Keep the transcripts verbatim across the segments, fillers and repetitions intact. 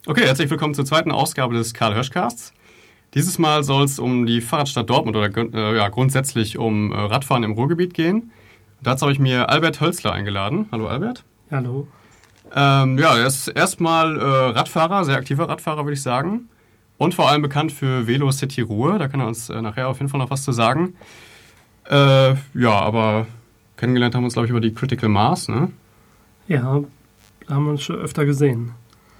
Okay, herzlich willkommen zur zweiten Ausgabe des Karl-Hösch-Casts. Dieses Mal soll es um die Fahrradstadt Dortmund oder äh, ja, grundsätzlich um äh, Radfahren im Ruhrgebiet gehen. Dazu habe ich mir Albert Hölzler eingeladen. Hallo Albert. Hallo. Ähm, ja, er ist erstmal äh, Radfahrer, sehr aktiver Radfahrer, würde ich sagen. Und vor allem bekannt für Velo City Ruhr. Da kann er uns äh, nachher auf jeden Fall noch was zu sagen. Äh, ja, aber kennengelernt haben wir uns, glaube ich, über die Critical Mass, ne? Ja, haben wir uns schon öfter gesehen.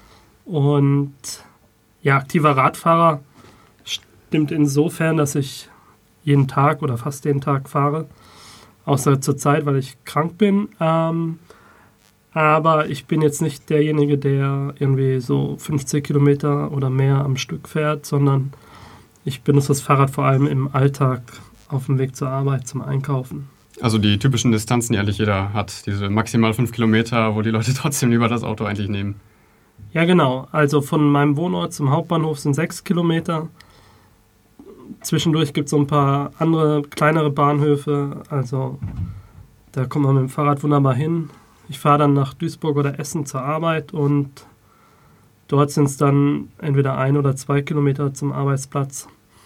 Und ja, aktiver Radfahrer stimmt insofern, dass ich jeden Tag oder fast jeden Tag fahre. Außer zur Zeit, weil ich krank bin. Ähm, aber ich bin jetzt nicht derjenige, der irgendwie so fünfzig Kilometer oder mehr am Stück fährt, sondern ich benutze das Fahrrad vor allem im Alltag auf dem Weg zur Arbeit, zum Einkaufen. Also die typischen Distanzen, die eigentlich jeder hat. Diese maximal fünf Kilometer, wo die Leute trotzdem lieber das Auto eigentlich nehmen. Ja, genau. Also von meinem Wohnort zum Hauptbahnhof sind sechs Kilometer. Zwischendurch gibt es so ein paar andere, kleinere Bahnhöfe. Also da kommt man mit dem Fahrrad wunderbar hin. Ich fahre dann nach Duisburg oder Essen zur Arbeit und dort sind es dann entweder ein oder zwei Kilometer zum Arbeitsplatz.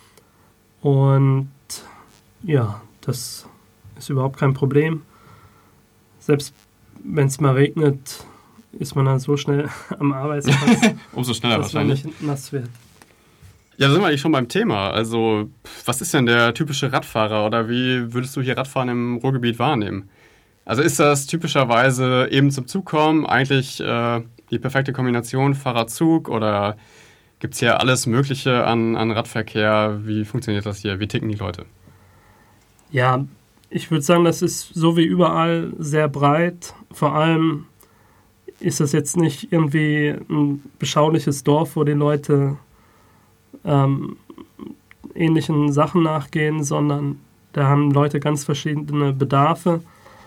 Und ja, das ist überhaupt kein Problem. Selbst wenn es mal regnet, ist man dann so schnell am Arbeitsplatz, Umso schneller dass man wahrscheinlich. nicht nass wird. Ja, da sind wir eigentlich schon beim Thema. Also, was ist denn der typische Radfahrer oder wie würdest du hier Radfahren im Ruhrgebiet wahrnehmen? Also ist das typischerweise eben zum Zug kommen, eigentlich äh, die perfekte Kombination Fahrrad-Zug oder gibt es hier alles Mögliche an, an Radverkehr? Wie funktioniert das hier? Wie ticken die Leute? Ja, ich würde sagen, das ist so wie überall sehr breit. Vor allem ist das jetzt nicht irgendwie ein beschauliches Dorf, wo die Leute ähm, ähnlichen Sachen nachgehen, sondern da haben Leute ganz verschiedene Bedarfe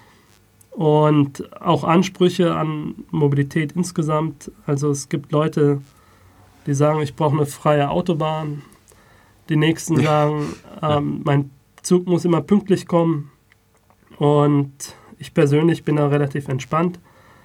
und auch Ansprüche an Mobilität insgesamt. Also es gibt Leute, die sagen, ich brauche eine freie Autobahn. Die nächsten sagen, ähm, mein Zug muss immer pünktlich kommen. Und ich persönlich bin da relativ entspannt.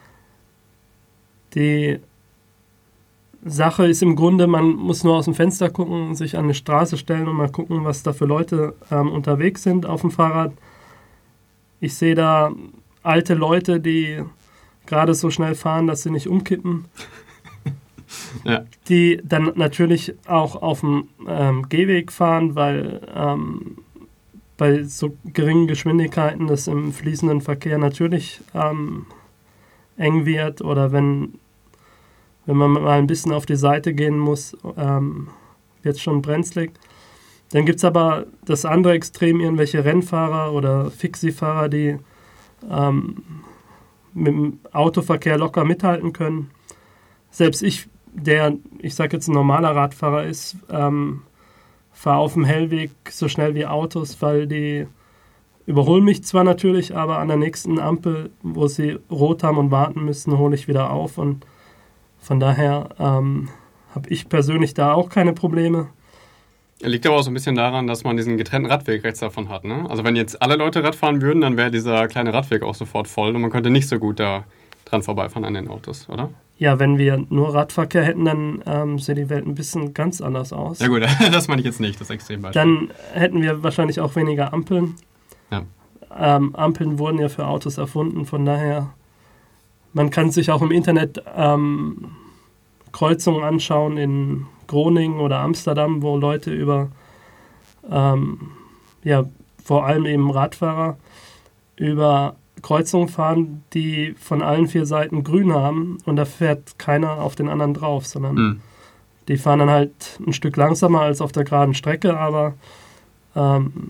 Die Sache ist im Grunde, man muss nur aus dem Fenster gucken, sich an eine Straße stellen und mal gucken, was da für Leute ähm, unterwegs sind auf dem Fahrrad. Ich sehe da alte Leute, die gerade so schnell fahren, dass sie nicht umkippen. Ja. Die dann natürlich auch auf dem ähm, Gehweg fahren, weil ähm, bei so geringen Geschwindigkeiten das im fließenden Verkehr natürlich ähm, eng wird oder wenn Wenn man mal ein bisschen auf die Seite gehen muss, ähm, wird es schon brenzlig. Dann gibt es aber das andere Extrem, irgendwelche Rennfahrer oder Fixie-Fahrer, die ähm, mit dem Autoverkehr locker mithalten können. Selbst ich, der, ich sage jetzt ein normaler Radfahrer ist, ähm, fahre auf dem Hellweg so schnell wie Autos, weil die überholen mich zwar natürlich, aber an der nächsten Ampel, wo sie rot haben und warten müssen, hole ich wieder auf und von daher ähm, habe ich persönlich da auch keine Probleme. Liegt aber auch so ein bisschen daran, dass man diesen getrennten Radweg rechts davon hat, ne? Also wenn jetzt alle Leute Rad fahren würden, dann wäre dieser kleine Radweg auch sofort voll und man könnte nicht so gut da dran vorbeifahren an den Autos, oder? Ja, wenn wir nur Radverkehr hätten, dann ähm, sähe die Welt ein bisschen ganz anders aus. Ja gut, das meine ich jetzt nicht, das Extrembeispiel. Dann hätten wir wahrscheinlich auch weniger Ampeln. Ja. Ähm, Ampeln wurden ja für Autos erfunden, von daher... Man kann sich auch im Internet ähm, Kreuzungen anschauen in Groningen oder Amsterdam, wo Leute über, ähm, ja, vor allem eben Radfahrer, über Kreuzungen fahren, die von allen vier Seiten grün haben und da fährt keiner auf den anderen drauf, sondern mhm. die fahren dann halt ein Stück langsamer als auf der geraden Strecke, aber ähm,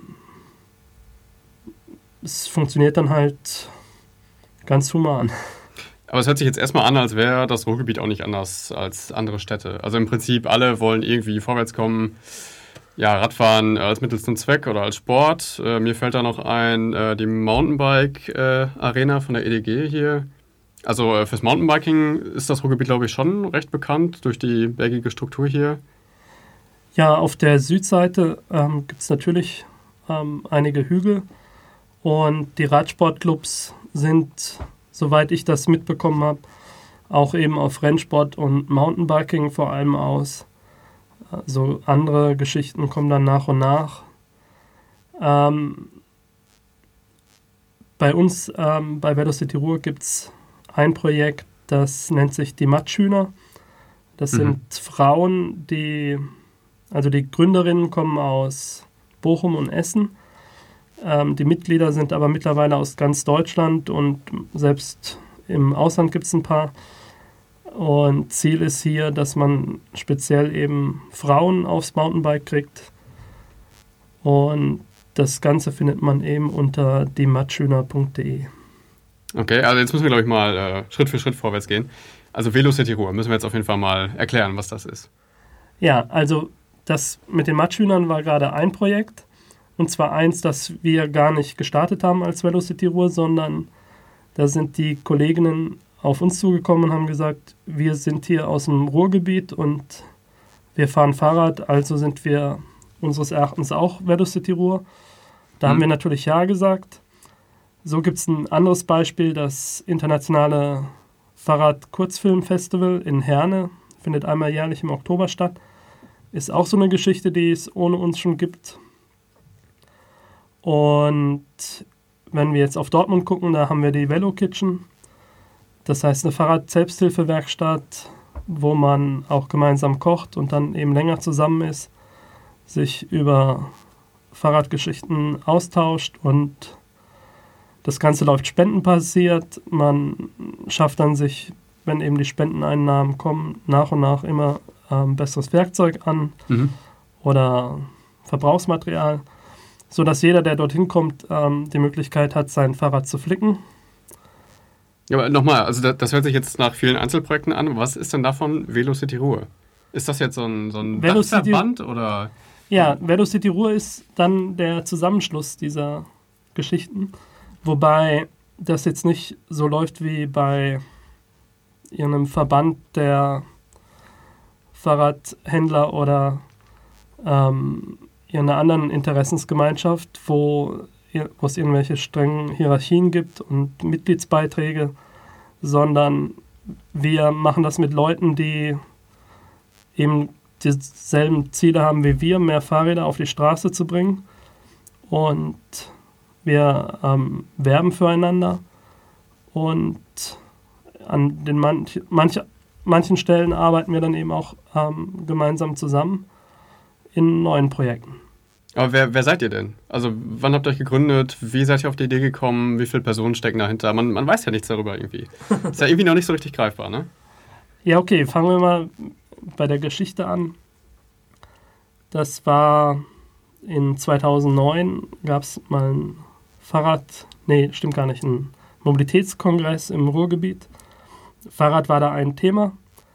es funktioniert dann halt ganz human. Aber es hört sich jetzt erstmal an, als wäre das Ruhrgebiet auch nicht anders als andere Städte. Also im Prinzip alle wollen irgendwie vorwärts kommen. Ja, Radfahren als Mittel zum Zweck oder als Sport. Äh, mir fällt da noch ein, äh, die Mountainbike-Arena äh, von der E D G hier. Also äh, fürs Mountainbiking ist das Ruhrgebiet, glaube ich, schon recht bekannt durch die bergige Struktur hier. Ja, auf der Südseite ähm, gibt es natürlich ähm, einige Hügel und die Radsportclubs sind, soweit ich das mitbekommen habe, auch eben auf Rennsport und Mountainbiking vor allem aus. So andere Geschichten kommen dann nach und nach. Ähm, bei uns ähm, bei Velocity Ruhr gibt es ein Projekt, das nennt sich die Matschhühner. Das mhm. sind Frauen, die, also die Gründerinnen kommen aus Bochum und Essen. Ähm, die Mitglieder sind aber mittlerweile aus ganz Deutschland und selbst im Ausland gibt es ein paar. Und Ziel ist hier, dass man speziell eben Frauen aufs Mountainbike kriegt. Und das Ganze findet man eben unter die matschhühner punkt de. Okay, also jetzt müssen wir, glaube ich, mal äh, Schritt für Schritt vorwärts gehen. Also Velocity Ruhr, müssen wir jetzt auf jeden Fall mal erklären, was das ist. Ja, also das mit den Matschhühnern war gerade ein Projekt. Und zwar eins, das wir gar nicht gestartet haben als Velocity Ruhr, sondern da sind die Kolleginnen auf uns zugekommen und haben gesagt, wir sind hier aus dem Ruhrgebiet und wir fahren Fahrrad, also sind wir unseres Erachtens auch Velocity Ruhr. Da mhm. haben wir natürlich Ja gesagt. So gibt es ein anderes Beispiel, das internationale Fahrrad-Kurzfilm-Festival in Herne, findet einmal jährlich im Oktober statt. Ist auch so eine Geschichte, die es ohne uns schon gibt. Und wenn wir jetzt auf Dortmund gucken, da haben wir die Velo Kitchen. Das heißt eine Fahrrad-Selbsthilfewerkstatt, wo man auch gemeinsam kocht und dann eben länger zusammen ist, sich über Fahrradgeschichten austauscht und das Ganze läuft spendenbasiert. Man schafft dann sich, wenn eben die Spendeneinnahmen kommen, nach und nach immer ähm, besseres Werkzeug an mhm. oder Verbrauchsmaterial, sodass jeder, der dorthin kommt, ähm, die Möglichkeit hat, sein Fahrrad zu flicken. Ja, aber nochmal, also das, das hört sich jetzt nach vielen Einzelprojekten an. Was ist denn davon Velocity Ruhr? Ist das jetzt so ein, so ein Velocity, Dachverband oder? Ja, Velocity Ruhr ist dann der Zusammenschluss dieser Geschichten, wobei das jetzt nicht so läuft wie bei einem Verband der Fahrradhändler oder ähm, einer anderen Interessensgemeinschaft, wo, wo es irgendwelche strengen Hierarchien gibt und Mitgliedsbeiträge, sondern wir machen das mit Leuten, die eben dieselben Ziele haben wie wir, mehr Fahrräder auf die Straße zu bringen. Und wir ähm, werben füreinander und an den manch, manch, manchen Stellen arbeiten wir dann eben auch ähm, gemeinsam zusammen in neuen Projekten. Aber wer, wer seid ihr denn? Also wann habt ihr euch gegründet? Wie seid ihr auf die Idee gekommen? Wie viele Personen stecken dahinter? Man, man weiß ja nichts darüber irgendwie. Ist ja irgendwie noch nicht so richtig greifbar, ne? Ja, okay, fangen wir mal bei der Geschichte an. Das war in zweitausendneun, gab es mal ein Fahrrad, nee, stimmt gar nicht, ein Mobilitätskongress im Ruhrgebiet. Fahrrad war da ein Thema.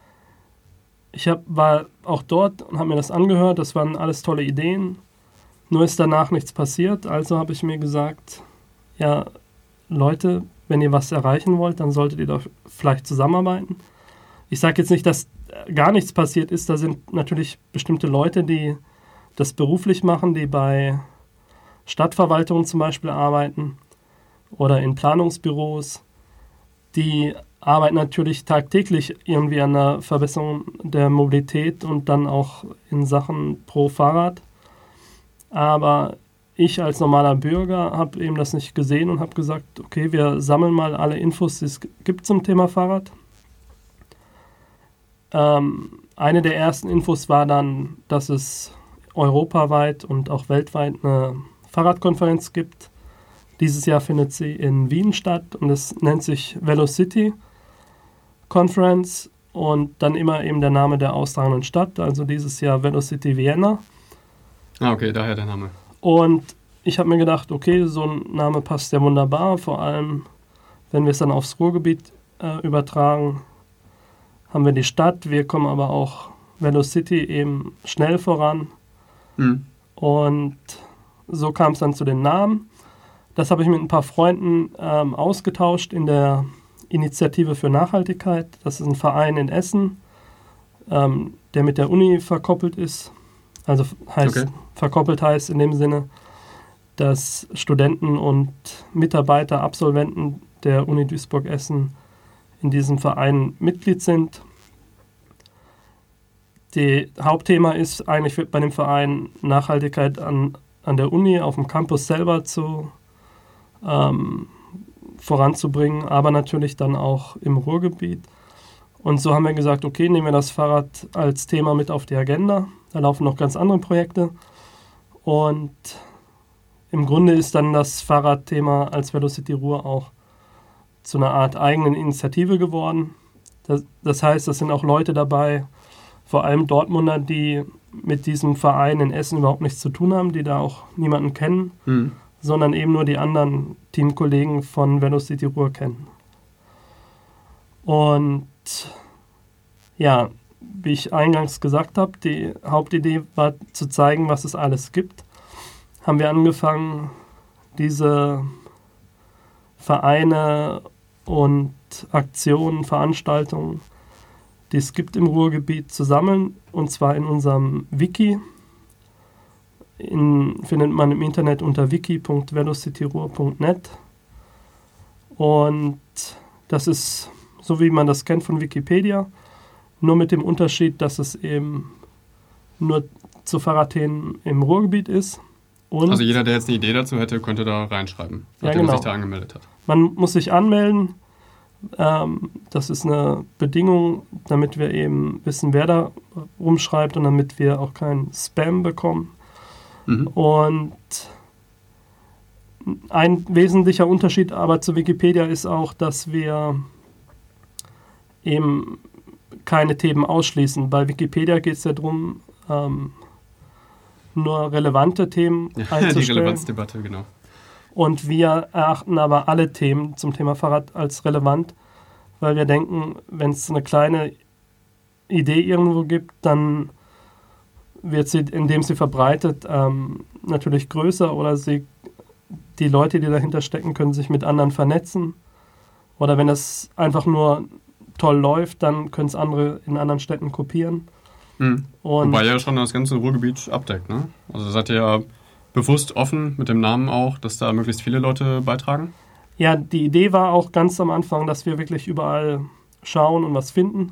Ich hab, war auch dort und habe mir das angehört, das waren alles tolle Ideen. Nur ist danach nichts passiert, also habe ich mir gesagt, ja, Leute, wenn ihr was erreichen wollt, dann solltet ihr doch vielleicht zusammenarbeiten. Ich sage jetzt nicht, dass gar nichts passiert ist, da sind natürlich bestimmte Leute, die das beruflich machen, die bei Stadtverwaltungen zum Beispiel arbeiten oder in Planungsbüros, die arbeiten natürlich tagtäglich irgendwie an der Verbesserung der Mobilität und dann auch in Sachen pro Fahrrad. Aber ich als normaler Bürger habe eben das nicht gesehen und habe gesagt, okay, wir sammeln mal alle Infos, die es gibt zum Thema Fahrrad. Ähm, eine der ersten Infos war dann, dass es europaweit und auch weltweit eine Fahrradkonferenz gibt. Dieses Jahr findet sie in Wien statt und es nennt sich Velocity Conference und dann immer eben der Name der austragenden Stadt, also dieses Jahr Velocity Vienna. Ah, okay, daher der Name. Und ich habe mir gedacht, okay, so ein Name passt ja wunderbar, vor allem wenn wir es dann aufs Ruhrgebiet äh, übertragen, haben wir die Stadt, wir kommen aber auch Velocity eben schnell voran. Mhm. Und so kam es dann zu den Namen. Das habe ich mit ein paar Freunden ähm, ausgetauscht in der Initiative für Nachhaltigkeit. Das ist ein Verein in Essen, ähm, der mit der Uni verkoppelt ist. Also heißt, okay. Verkoppelt heißt in dem Sinne, dass Studenten und Mitarbeiter, Absolventen der Uni Duisburg-Essen in diesem Verein Mitglied sind. Das Hauptthema ist eigentlich bei dem Verein Nachhaltigkeit an, an der Uni, auf dem Campus selber zu ähm, voranzubringen, aber natürlich dann auch im Ruhrgebiet. Und so haben wir gesagt, okay, nehmen wir das Fahrrad als Thema mit auf die Agenda. Da laufen noch ganz andere Projekte. Und im Grunde ist dann das Fahrradthema als Velocity Ruhr auch zu einer Art eigenen Initiative geworden. Das, das heißt, es sind auch Leute dabei, vor allem Dortmunder, die mit diesem Verein in Essen überhaupt nichts zu tun haben, die da auch niemanden kennen, mhm. sondern eben nur die anderen Teamkollegen von Velocity Ruhr kennen. Und ja, wie ich eingangs gesagt habe, die Hauptidee war zu zeigen, was es alles gibt. Haben wir angefangen, diese Vereine und Aktionen, Veranstaltungen, die es gibt im Ruhrgebiet, zu sammeln, und zwar in unserem Wiki. In, findet man im Internet unter wiki punkt velocityruhr punkt net. Und das ist so, wie man das kennt von Wikipedia, nur mit dem Unterschied, dass es eben nur zu Fahrradthemen im Ruhrgebiet ist. Und also jeder, der jetzt eine Idee dazu hätte, könnte da reinschreiben, nachdem ja, genau. er sich da angemeldet hat. Man muss sich anmelden. Ähm, das ist eine Bedingung, damit wir eben wissen, wer da rumschreibt und damit wir auch keinen Spam bekommen. Mhm. Und ein wesentlicher Unterschied aber zu Wikipedia ist auch, dass wir eben keine Themen ausschließen. Bei Wikipedia geht es ja darum, ähm, nur relevante Themen ja, einzustellen. Die Relevanzdebatte, genau. Und wir erachten aber alle Themen zum Thema Fahrrad als relevant, weil wir denken, wenn es eine kleine Idee irgendwo gibt, dann wird sie, indem sie verbreitet, ähm, natürlich größer, oder sie, die Leute, die dahinter stecken, können sich mit anderen vernetzen. Oder wenn es einfach nur toll läuft, dann können es andere in anderen Städten kopieren. Mhm. Und wobei ja schon das ganze Ruhrgebiet abdeckt, ne? Also seid ihr ja bewusst offen mit dem Namen auch, dass da möglichst viele Leute beitragen? Ja, die Idee war auch ganz am Anfang, dass wir wirklich überall schauen und was finden.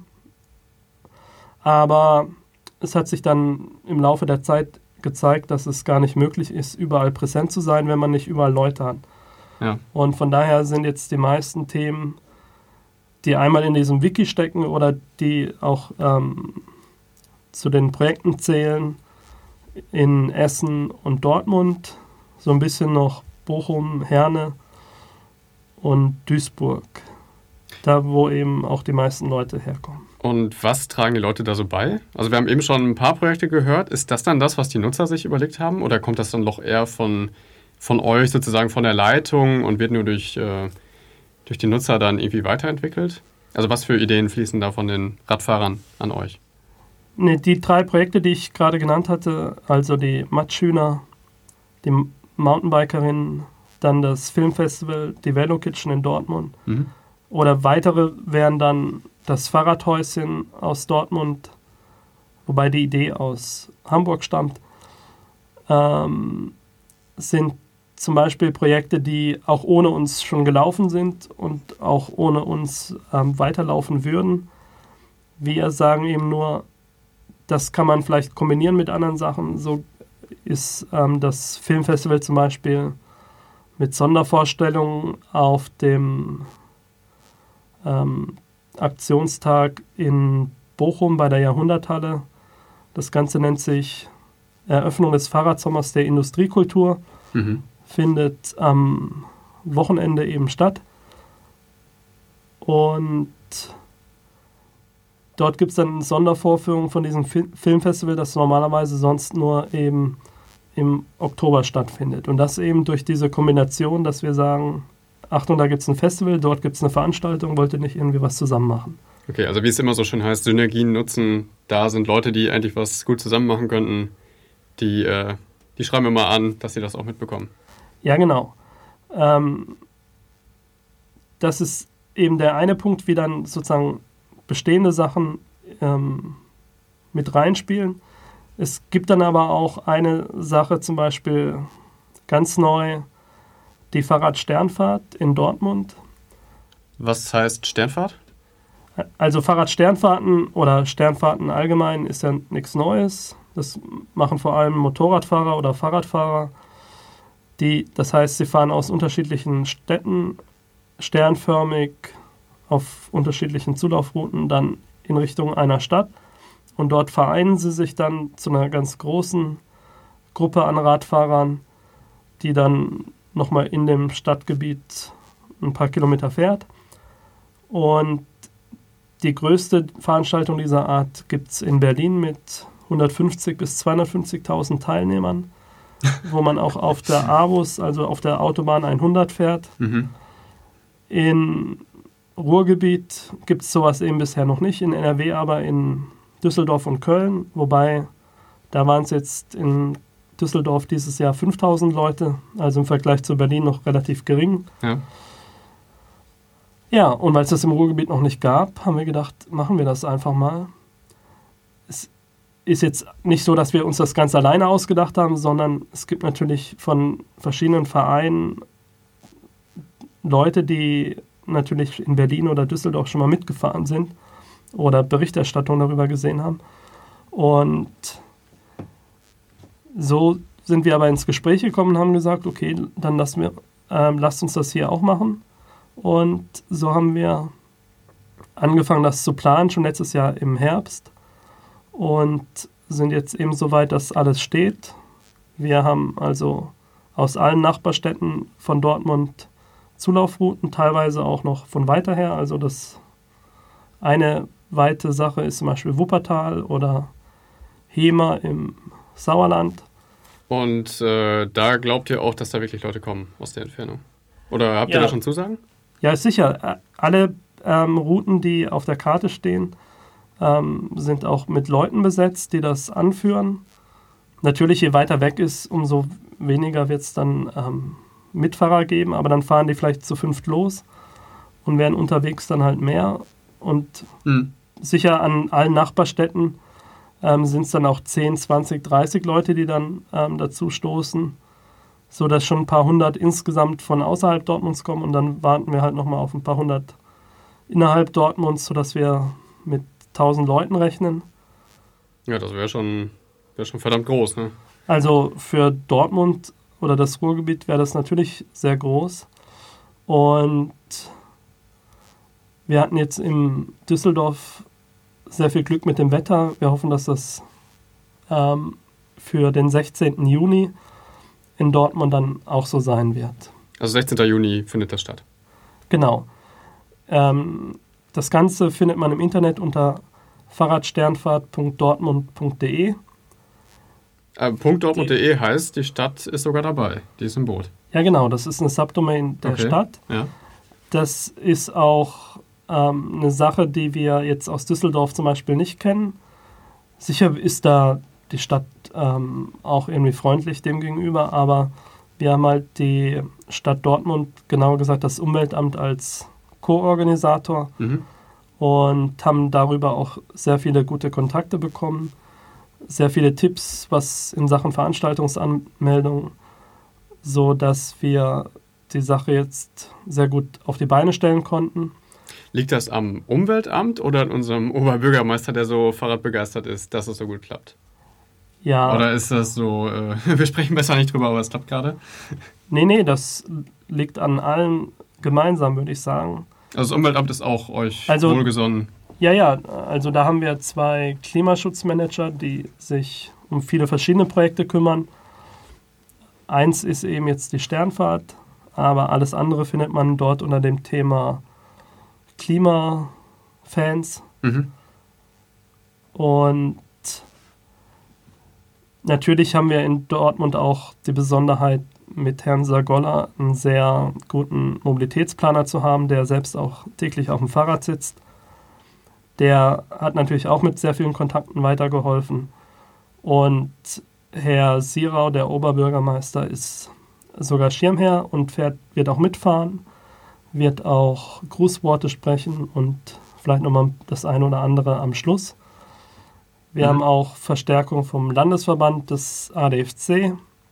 Aber es hat sich dann im Laufe der Zeit gezeigt, dass es gar nicht möglich ist, überall präsent zu sein, wenn man nicht überall Leute hat. Ja. Und von daher sind jetzt die meisten Themen, die einmal in diesem Wiki stecken oder die auch ähm, zu den Projekten zählen, in Essen und Dortmund, so ein bisschen noch Bochum, Herne und Duisburg, da wo eben auch die meisten Leute herkommen. Und was tragen die Leute da so bei? Also wir haben eben schon ein paar Projekte gehört. Ist das dann das, was die Nutzer sich überlegt haben? Oder kommt das dann doch eher von, von euch, sozusagen von der Leitung, und wird nur durch, äh, durch die Nutzer dann irgendwie weiterentwickelt? Also was für Ideen fließen da von den Radfahrern an euch? Nee, die drei Projekte, die ich gerade genannt hatte, also die Matschhühner, die Mountainbikerinnen, dann das Filmfestival, die Velo Kitchen in Dortmund, mhm. oder weitere wären dann das Fahrradhäuschen aus Dortmund, wobei die Idee aus Hamburg stammt, ähm, sind zum Beispiel Projekte, die auch ohne uns schon gelaufen sind und auch ohne uns ähm, weiterlaufen würden. Wir sagen eben nur, das kann man vielleicht kombinieren mit anderen Sachen. So ist ähm, das Filmfestival zum Beispiel mit Sondervorstellungen auf dem ähm, Aktionstag in Bochum bei der Jahrhunderthalle. Das Ganze nennt sich Eröffnung des Fahrradsommers der Industriekultur. Mhm. Findet am Wochenende eben statt. Und dort gibt es dann Sondervorführungen von diesem Fi- Filmfestival, das normalerweise sonst nur eben im Oktober stattfindet. Und das eben durch diese Kombination, dass wir sagen, Achtung, da gibt es ein Festival, dort gibt es eine Veranstaltung, wollt ihr nicht irgendwie was zusammen machen? Okay, also wie es immer so schön heißt, Synergien nutzen. Da sind Leute, die eigentlich was gut zusammen machen könnten, die, äh, die schreiben wir mal an, dass sie das auch mitbekommen. Ja, genau. Ähm, das ist eben der eine Punkt, wie dann sozusagen bestehende Sachen ähm, mit reinspielen. Es gibt dann aber auch eine Sache, zum Beispiel ganz neu, die Fahrradsternfahrt in Dortmund. Was heißt Sternfahrt? Also Fahrradsternfahrten oder Sternfahrten allgemein ist ja nichts Neues. Das machen vor allem Motorradfahrer oder Fahrradfahrer. Die, das heißt, sie fahren aus unterschiedlichen Städten sternförmig auf unterschiedlichen Zulaufrouten dann in Richtung einer Stadt. Und dort vereinen sie sich dann zu einer ganz großen Gruppe an Radfahrern, die dann nochmal in dem Stadtgebiet ein paar Kilometer fährt. Und die größte Veranstaltung dieser Art gibt es in Berlin mit hundertfünfzig bis zweihundertfünfzigtausend Teilnehmern, wo man auch auf der A B U S, also auf der Autobahn hundert fährt. Mhm. In Ruhrgebiet gibt es sowas eben bisher noch nicht, in N R W aber in Düsseldorf und Köln, wobei da waren es jetzt in Düsseldorf dieses Jahr fünftausend Leute, also im Vergleich zu Berlin noch relativ gering. Ja. Ja, und weil es das im Ruhrgebiet noch nicht gab, haben wir gedacht, machen wir das einfach mal. Es ist jetzt nicht so, dass wir uns das ganz alleine ausgedacht haben, sondern es gibt natürlich von verschiedenen Vereinen Leute, die natürlich in Berlin oder Düsseldorf schon mal mitgefahren sind oder Berichterstattung darüber gesehen haben. Und so sind wir aber ins Gespräch gekommen und haben gesagt, okay, dann lassen wir, ähm, lasst uns das hier auch machen. Und so haben wir angefangen, das zu planen, schon letztes Jahr im Herbst. Und sind jetzt eben so weit, dass alles steht. Wir haben also aus allen Nachbarstädten von Dortmund Zulaufrouten, teilweise auch noch von weiter her. Also das eine weite Sache ist zum Beispiel Wuppertal oder Hemer im Sauerland. Und äh, da glaubt ihr auch, dass da wirklich Leute kommen aus der Entfernung? Oder habt Ja. ihr da schon Zusagen? Ja, ist sicher. Alle ähm, Routen, die auf der Karte stehen, ähm, sind auch mit Leuten besetzt, die das anführen. Natürlich, je weiter weg ist, umso weniger wird es dann ähm, Mitfahrer geben, aber dann fahren die vielleicht zu fünft los und werden unterwegs dann halt mehr. Und Mhm. sicher an allen Nachbarstädten ähm, sind es dann auch zehn, zwanzig, dreißig Leute, die dann ähm, dazu stoßen, sodass schon ein paar hundert insgesamt von außerhalb Dortmunds kommen und dann warten wir halt nochmal auf ein paar hundert innerhalb Dortmunds, sodass wir mit tausend Leuten rechnen. Ja, das wäre schon, wär schon verdammt groß, ne? Also für Dortmund oder das Ruhrgebiet wäre das natürlich sehr groß. Und wir hatten jetzt in Düsseldorf sehr viel Glück mit dem Wetter. Wir hoffen, dass das ähm, für den sechzehnten Juni in Dortmund dann auch so sein wird. Also sechzehnten Juni findet das statt. Genau. Ähm, das Ganze findet man im Internet unter fahrradsternfahrt punkt dortmund punkt de. Äh, .dortmund.de heißt, die Stadt ist sogar dabei. Die ist im Boot. Ja, genau. Das ist eine Subdomain der Okay. Stadt. Ja. Das ist auch ähm, eine Sache, die wir jetzt aus Düsseldorf zum Beispiel nicht kennen. Sicher ist da die Stadt ähm, auch irgendwie freundlich dem gegenüber, aber wir haben halt die Stadt Dortmund, genauer gesagt das Umweltamt als Co-Organisator Mhm. und haben darüber auch sehr viele gute Kontakte bekommen, sehr viele Tipps, was in Sachen Veranstaltungsanmeldung, so dass wir die Sache jetzt sehr gut auf die Beine stellen konnten. Liegt das am Umweltamt oder an unserem Oberbürgermeister, der so fahrradbegeistert ist, dass es so gut klappt? Ja, Oder ist das so, äh, wir sprechen besser nicht drüber, aber es klappt gerade? nee, nee, das liegt an allen gemeinsam, würde ich sagen. Also das Umweltamt ist auch euch Also- wohlgesonnen. Ja, ja, also da haben wir zwei Klimaschutzmanager, die sich um viele verschiedene Projekte kümmern. Eins ist eben jetzt die Sternfahrt, aber alles andere findet man dort unter dem Thema Klimafans. Mhm. Und natürlich haben wir in Dortmund auch die Besonderheit, mit Herrn Sagolla einen sehr guten Mobilitätsplaner zu haben, der selbst auch täglich auf dem Fahrrad sitzt. Der hat natürlich auch mit sehr vielen Kontakten weitergeholfen. Und Herr Sierau, der Oberbürgermeister, ist sogar Schirmherr und fährt, wird auch mitfahren, wird auch Grußworte sprechen und vielleicht nochmal das eine oder andere am Schluss. Wir Mhm. haben auch Verstärkung vom Landesverband des A D F C.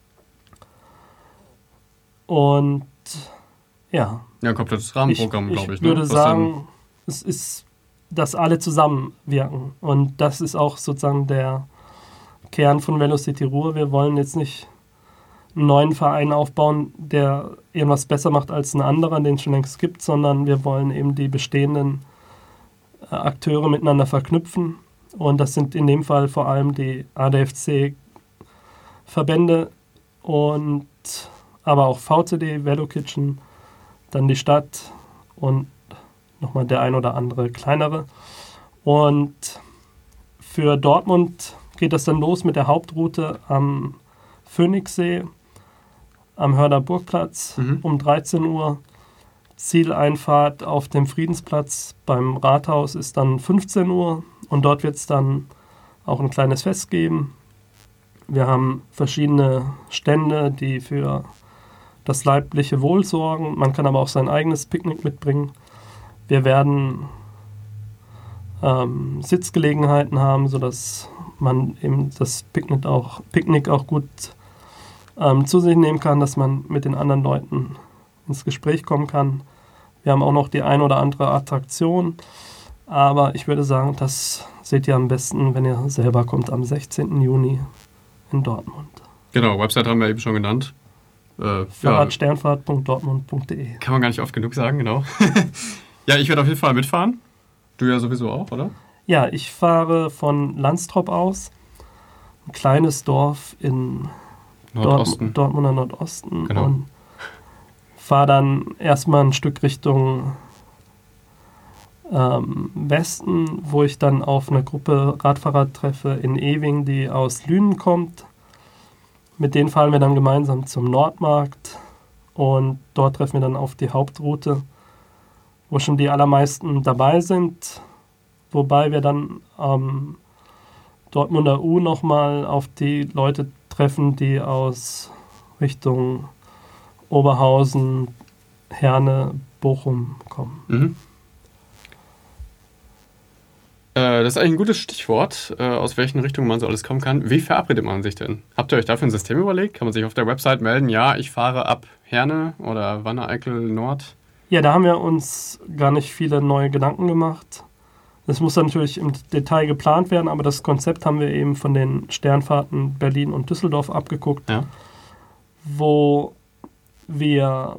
Und ja, Ja, ein komplettes ich, Rahmenprogramm, ich glaube ich. ne? würde Was sagen, es ist dass alle zusammenwirken. Und das ist auch sozusagen der Kern von Velocity Ruhr. Wir wollen jetzt nicht einen neuen Verein aufbauen, der irgendwas besser macht als ein anderer, den es schon längst gibt, sondern wir wollen eben die bestehenden äh, Akteure miteinander verknüpfen. Und das sind in dem Fall vor allem die A D F C-Verbände und aber auch V C D, Velo Kitchen, dann die Stadt und nochmal der ein oder andere kleinere. Und für Dortmund geht das dann los mit der Hauptroute am Phoenixsee, am Hörder Burgplatz mhm. um dreizehn Uhr. Zieleinfahrt auf dem Friedensplatz beim Rathaus ist dann fünfzehn Uhr und dort wird es dann auch ein kleines Fest geben. Wir haben verschiedene Stände, die für das leibliche Wohl sorgen. Man kann aber auch sein eigenes Picknick mitbringen. Wir werden ähm, Sitzgelegenheiten haben, sodass man eben das Picknick auch, Picknick auch gut ähm, zu sich nehmen kann, dass man mit den anderen Leuten ins Gespräch kommen kann. Wir haben auch noch die ein oder andere Attraktion, aber ich würde sagen, das seht ihr am besten, wenn ihr selber kommt am sechzehnten Juni in Dortmund. Genau, Website haben wir eben schon genannt. Äh, Fahrradsternfahrt punkt dortmund punkt de. Kann man gar nicht oft genug sagen, genau. Ja, ich werde auf jeden Fall mitfahren. Du ja sowieso auch, oder? Ja, ich fahre von Landstrop aus, ein kleines Dorf in Nordosten. Dort, Dortmunder Nordosten, genau. Und fahre dann erstmal ein Stück Richtung ähm, Westen, wo ich dann auf eine Gruppe Radfahrer treffe in Ewing, die aus Lünen kommt. Mit denen fahren wir dann gemeinsam zum Nordmarkt und dort treffen wir dann auf die Hauptroute, wo schon die allermeisten dabei sind, wobei wir dann am Dortmunder U nochmal auf die Leute treffen, die aus Richtung Oberhausen, Herne, Bochum kommen. Mhm. Äh, das ist eigentlich ein gutes Stichwort, äh, aus welchen Richtungen man so alles kommen kann. Wie verabredet man sich denn? Habt ihr euch dafür ein System überlegt? Kann man sich auf der Website melden, ja, ich fahre ab Herne oder Wanne-Eickel Nord? Ja, da haben wir uns gar nicht viele neue Gedanken gemacht. Das muss dann natürlich im Detail geplant werden, aber das Konzept haben wir eben von den Sternfahrten Berlin und Düsseldorf abgeguckt, ja. wo wir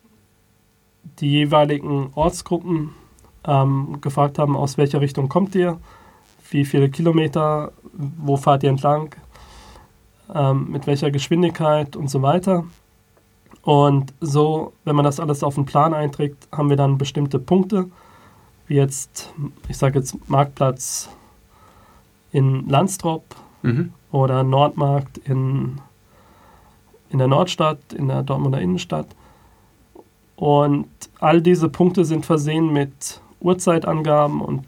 die jeweiligen Ortsgruppen ähm, gefragt haben, aus welcher Richtung kommt ihr, wie viele Kilometer, wo fahrt ihr entlang, ähm, mit welcher Geschwindigkeit und so weiter. Und so, wenn man das alles auf den Plan einträgt, haben wir dann bestimmte Punkte, wie jetzt, ich sage jetzt Marktplatz in Landstrop mhm. oder Nordmarkt in, in der Nordstadt, in der Dortmunder Innenstadt. Und all diese Punkte sind versehen mit Uhrzeitangaben und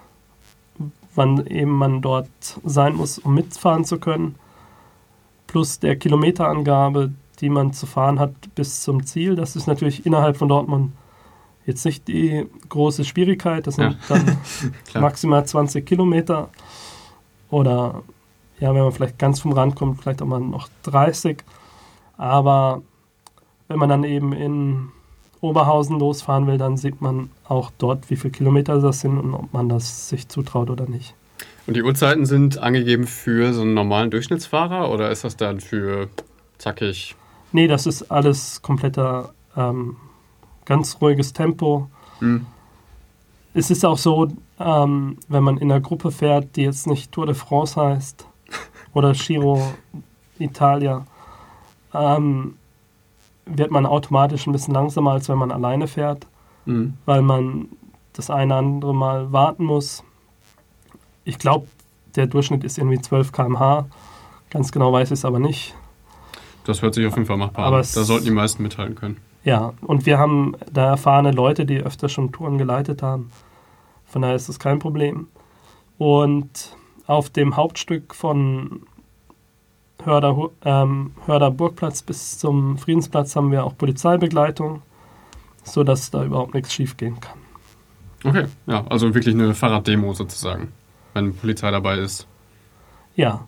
wann eben man dort sein muss, um mitfahren zu können, plus der Kilometerangabe, die man zu fahren hat bis zum Ziel. Das ist natürlich innerhalb von Dortmund jetzt nicht die große Schwierigkeit. Das sind ja. dann maximal zwanzig Kilometer. Oder, ja, wenn man vielleicht ganz vom Rand kommt, vielleicht auch mal noch dreißig. Aber wenn man dann eben in Oberhausen losfahren will, dann sieht man auch dort, wie viele Kilometer das sind und ob man das sich zutraut oder nicht. Und die Uhrzeiten sind angegeben für so einen normalen Durchschnittsfahrer oder ist das dann für zackig? Nee, das ist alles kompletter, ähm, ganz ruhiges Tempo. Mhm. Es ist auch so, ähm, wenn man in einer Gruppe fährt, die jetzt nicht Tour de France heißt oder Giro Italia, ähm, wird man automatisch ein bisschen langsamer, als wenn man alleine fährt, mhm. weil man das eine oder andere Mal warten muss. Ich glaube, der Durchschnitt ist irgendwie zwölf Kilometer pro Stunde. Ganz genau weiß ich es aber nicht. Das hört sich auf jeden Fall machbar an. Da sollten die meisten mithalten können. Ja, und wir haben da erfahrene Leute, die öfter schon Touren geleitet haben. Von daher ist das kein Problem. Und auf dem Hauptstück von Hörder, ähm, Hörder Burgplatz bis zum Friedensplatz haben wir auch Polizeibegleitung, sodass da überhaupt nichts schief gehen kann. Okay, ja, also wirklich eine Fahrraddemo sozusagen, wenn Polizei dabei ist. Ja.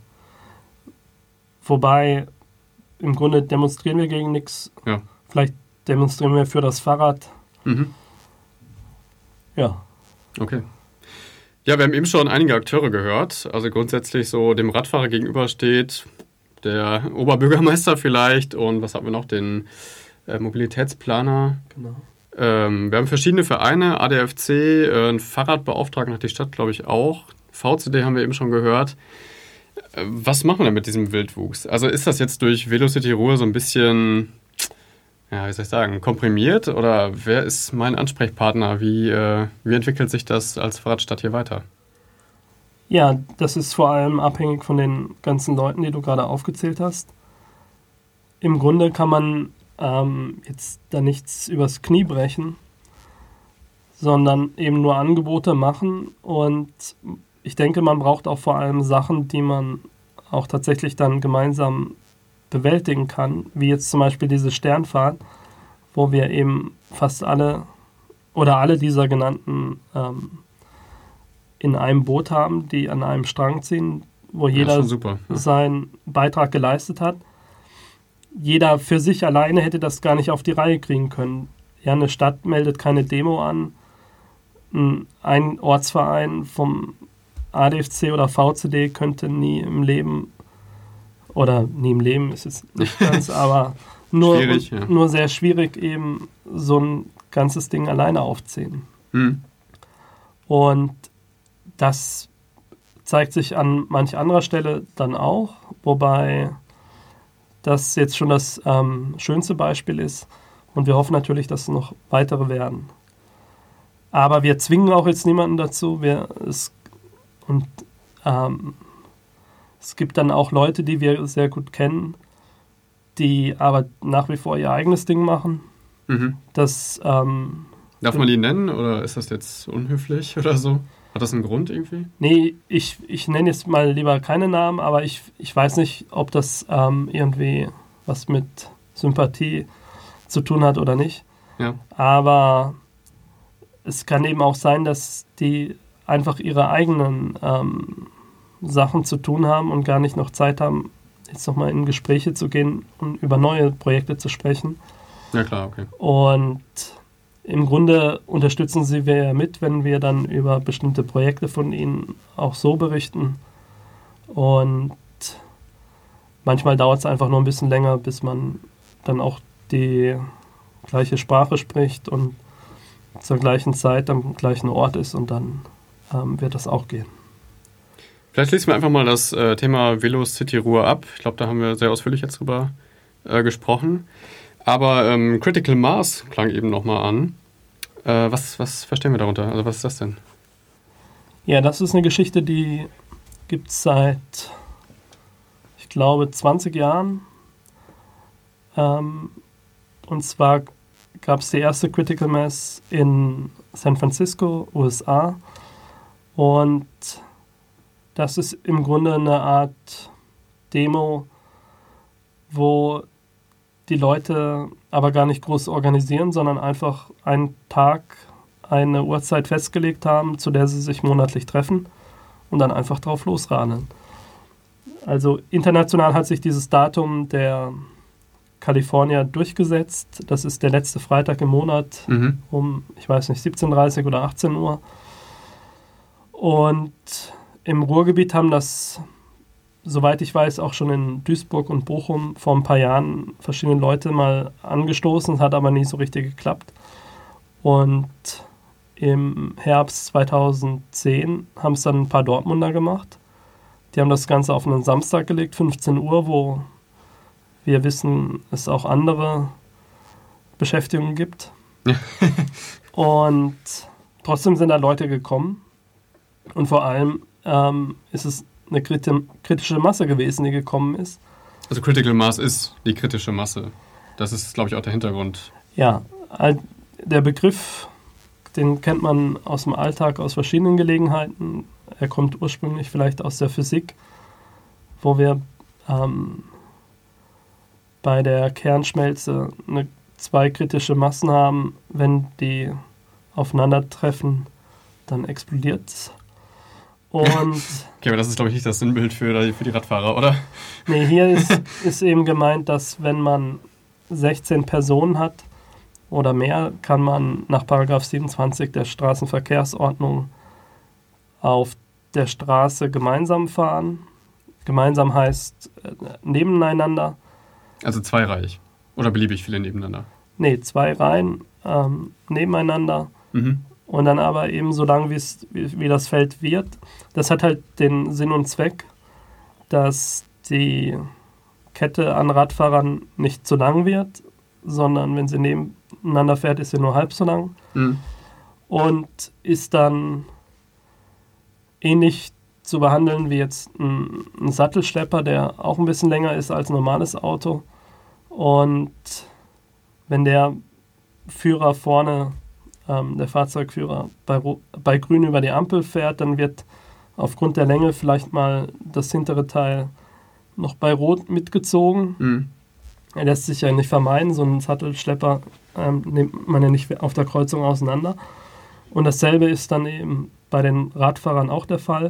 Wobei, im Grunde demonstrieren wir gegen nichts. Ja. Vielleicht demonstrieren wir für das Fahrrad. Mhm. Ja. Okay. Ja, wir haben eben schon einige Akteure gehört. Also grundsätzlich so dem Radfahrer gegenüber steht der Oberbürgermeister vielleicht und was haben wir noch, den äh, Mobilitätsplaner. Genau. Ähm, wir haben verschiedene Vereine, A D F C, äh, einen Fahrradbeauftragten hat die Stadt, glaube ich, auch. V C D haben wir eben schon gehört. Äh, was machen wir denn mit diesem Wildwuchs? Also ist das jetzt durch Velocity Ruhr so ein bisschen, ja, wie soll ich sagen, komprimiert? Oder wer ist mein Ansprechpartner? Wie, äh, wie entwickelt sich das als Fahrradstadt hier weiter? Ja, das ist vor allem abhängig von den ganzen Leuten, die du gerade aufgezählt hast. Im Grunde kann man ähm, jetzt da nichts übers Knie brechen, sondern eben nur Angebote machen. Und ich denke, man braucht auch vor allem Sachen, die man auch tatsächlich dann gemeinsam bewältigen kann, wie jetzt zum Beispiel diese Sternfahrt, wo wir eben fast alle oder alle dieser genannten ähm, in einem Boot haben, die an einem Strang ziehen, wo jeder super, ja. seinen Beitrag geleistet hat. Jeder für sich alleine hätte das gar nicht auf die Reihe kriegen können. Ja, eine Stadt meldet keine Demo an, ein Ortsverein vom A D F C oder V C D könnte nie im Leben, oder nie im Leben ist es nicht ganz, aber nur, schwierig, ja. nur sehr schwierig eben so ein ganzes Ding alleine aufziehen. Hm. Und das zeigt sich an manch anderer Stelle dann auch, wobei das jetzt schon das ähm, schönste Beispiel ist und wir hoffen natürlich, dass es noch weitere werden. Aber wir zwingen auch jetzt niemanden dazu. Wir, es, und ähm, es gibt dann auch Leute, die wir sehr gut kennen, die aber nach wie vor ihr eigenes Ding machen. Mhm. Das, ähm, Darf man die nennen oder ist das jetzt unhöflich oder so? Hat das einen Grund irgendwie? Nee, ich, ich nenne jetzt mal lieber keine Namen, aber ich, ich weiß nicht, ob das ähm, irgendwie was mit Sympathie zu tun hat oder nicht. Ja. Aber es kann eben auch sein, dass die einfach ihre eigenen ähm, Sachen zu tun haben und gar nicht noch Zeit haben, jetzt nochmal in Gespräche zu gehen und über neue Projekte zu sprechen. Ja klar, okay. Und im Grunde unterstützen sie wir ja mit, wenn wir dann über bestimmte Projekte von ihnen auch so berichten. Und manchmal dauert es einfach nur ein bisschen länger, bis man dann auch die gleiche Sprache spricht und zur gleichen Zeit am gleichen Ort ist und dann ähm, wird das auch gehen. Vielleicht schließen wir einfach mal das äh, Thema Velocity Ruhr ab. Ich glaube, da haben wir sehr ausführlich jetzt drüber äh, gesprochen. Aber ähm, Critical Mass klang eben nochmal an. Äh, was, was verstehen wir darunter? Also was ist das denn? Ja, das ist eine Geschichte, die gibt es seit, ich glaube, zwanzig Jahren. Ähm, und zwar gab es die erste Critical Mass in San Francisco, U S A. Und das ist im Grunde eine Art Demo, wo die Leute aber gar nicht groß organisieren, sondern einfach einen Tag, eine Uhrzeit festgelegt haben, zu der sie sich monatlich treffen und dann einfach drauf losradeln. Also international hat sich dieses Datum der Kalifornier durchgesetzt. Das ist der letzte Freitag im Monat Mhm. um, ich weiß nicht, siebzehn Uhr dreißig oder achtzehn Uhr. Und im Ruhrgebiet haben das, soweit ich weiß, auch schon in Duisburg und Bochum vor ein paar Jahren verschiedene Leute mal angestoßen, hat aber nie so richtig geklappt. Und im Herbst zweitausendzehn haben es dann ein paar Dortmunder gemacht. Die haben das Ganze auf einen Samstag gelegt, fünfzehn Uhr, wo wir wissen, es auch andere Beschäftigungen gibt. Und trotzdem sind da Leute gekommen. Und vor allem ähm, ist es eine kritische Masse gewesen, die gekommen ist. Also Critical Mass ist die kritische Masse. Das ist, glaube ich, auch der Hintergrund. Ja, der Begriff, den kennt man aus dem Alltag, aus verschiedenen Gelegenheiten. Er kommt ursprünglich vielleicht aus der Physik, wo wir ähm, bei der Kernschmelze eine, zwei kritische Massen haben. Wenn die aufeinandertreffen, dann explodiert es. Und okay, aber das ist, glaube ich, nicht das Sinnbild für, für die Radfahrer, oder? Nee, hier ist, ist eben gemeint, dass wenn man sechzehn Personen hat oder mehr, kann man nach Paragraph siebenundzwanzig der Straßenverkehrsordnung auf der Straße gemeinsam fahren. Gemeinsam heißt äh, nebeneinander. Also zweireihig oder beliebig viele nebeneinander? Nee, zwei Reihen ähm, nebeneinander. Mhm. Und dann aber eben so lang, wie, wie das Feld wird. Das hat halt den Sinn und Zweck, dass die Kette an Radfahrern nicht zu lang wird, sondern wenn sie nebeneinander fährt, ist sie nur halb so lang. Mhm. Und ist dann ähnlich zu behandeln wie jetzt ein, ein Sattelschlepper, der auch ein bisschen länger ist als ein normales Auto. Und wenn der Führer vorne, ähm, der Fahrzeugführer, bei, bei Grün über die Ampel fährt, dann wird aufgrund der Länge vielleicht mal das hintere Teil noch bei Rot mitgezogen. Mhm. Er lässt sich ja nicht vermeiden, so einen Sattelschlepper ähm, nimmt man ja nicht auf der Kreuzung auseinander. Und dasselbe ist dann eben bei den Radfahrern auch der Fall.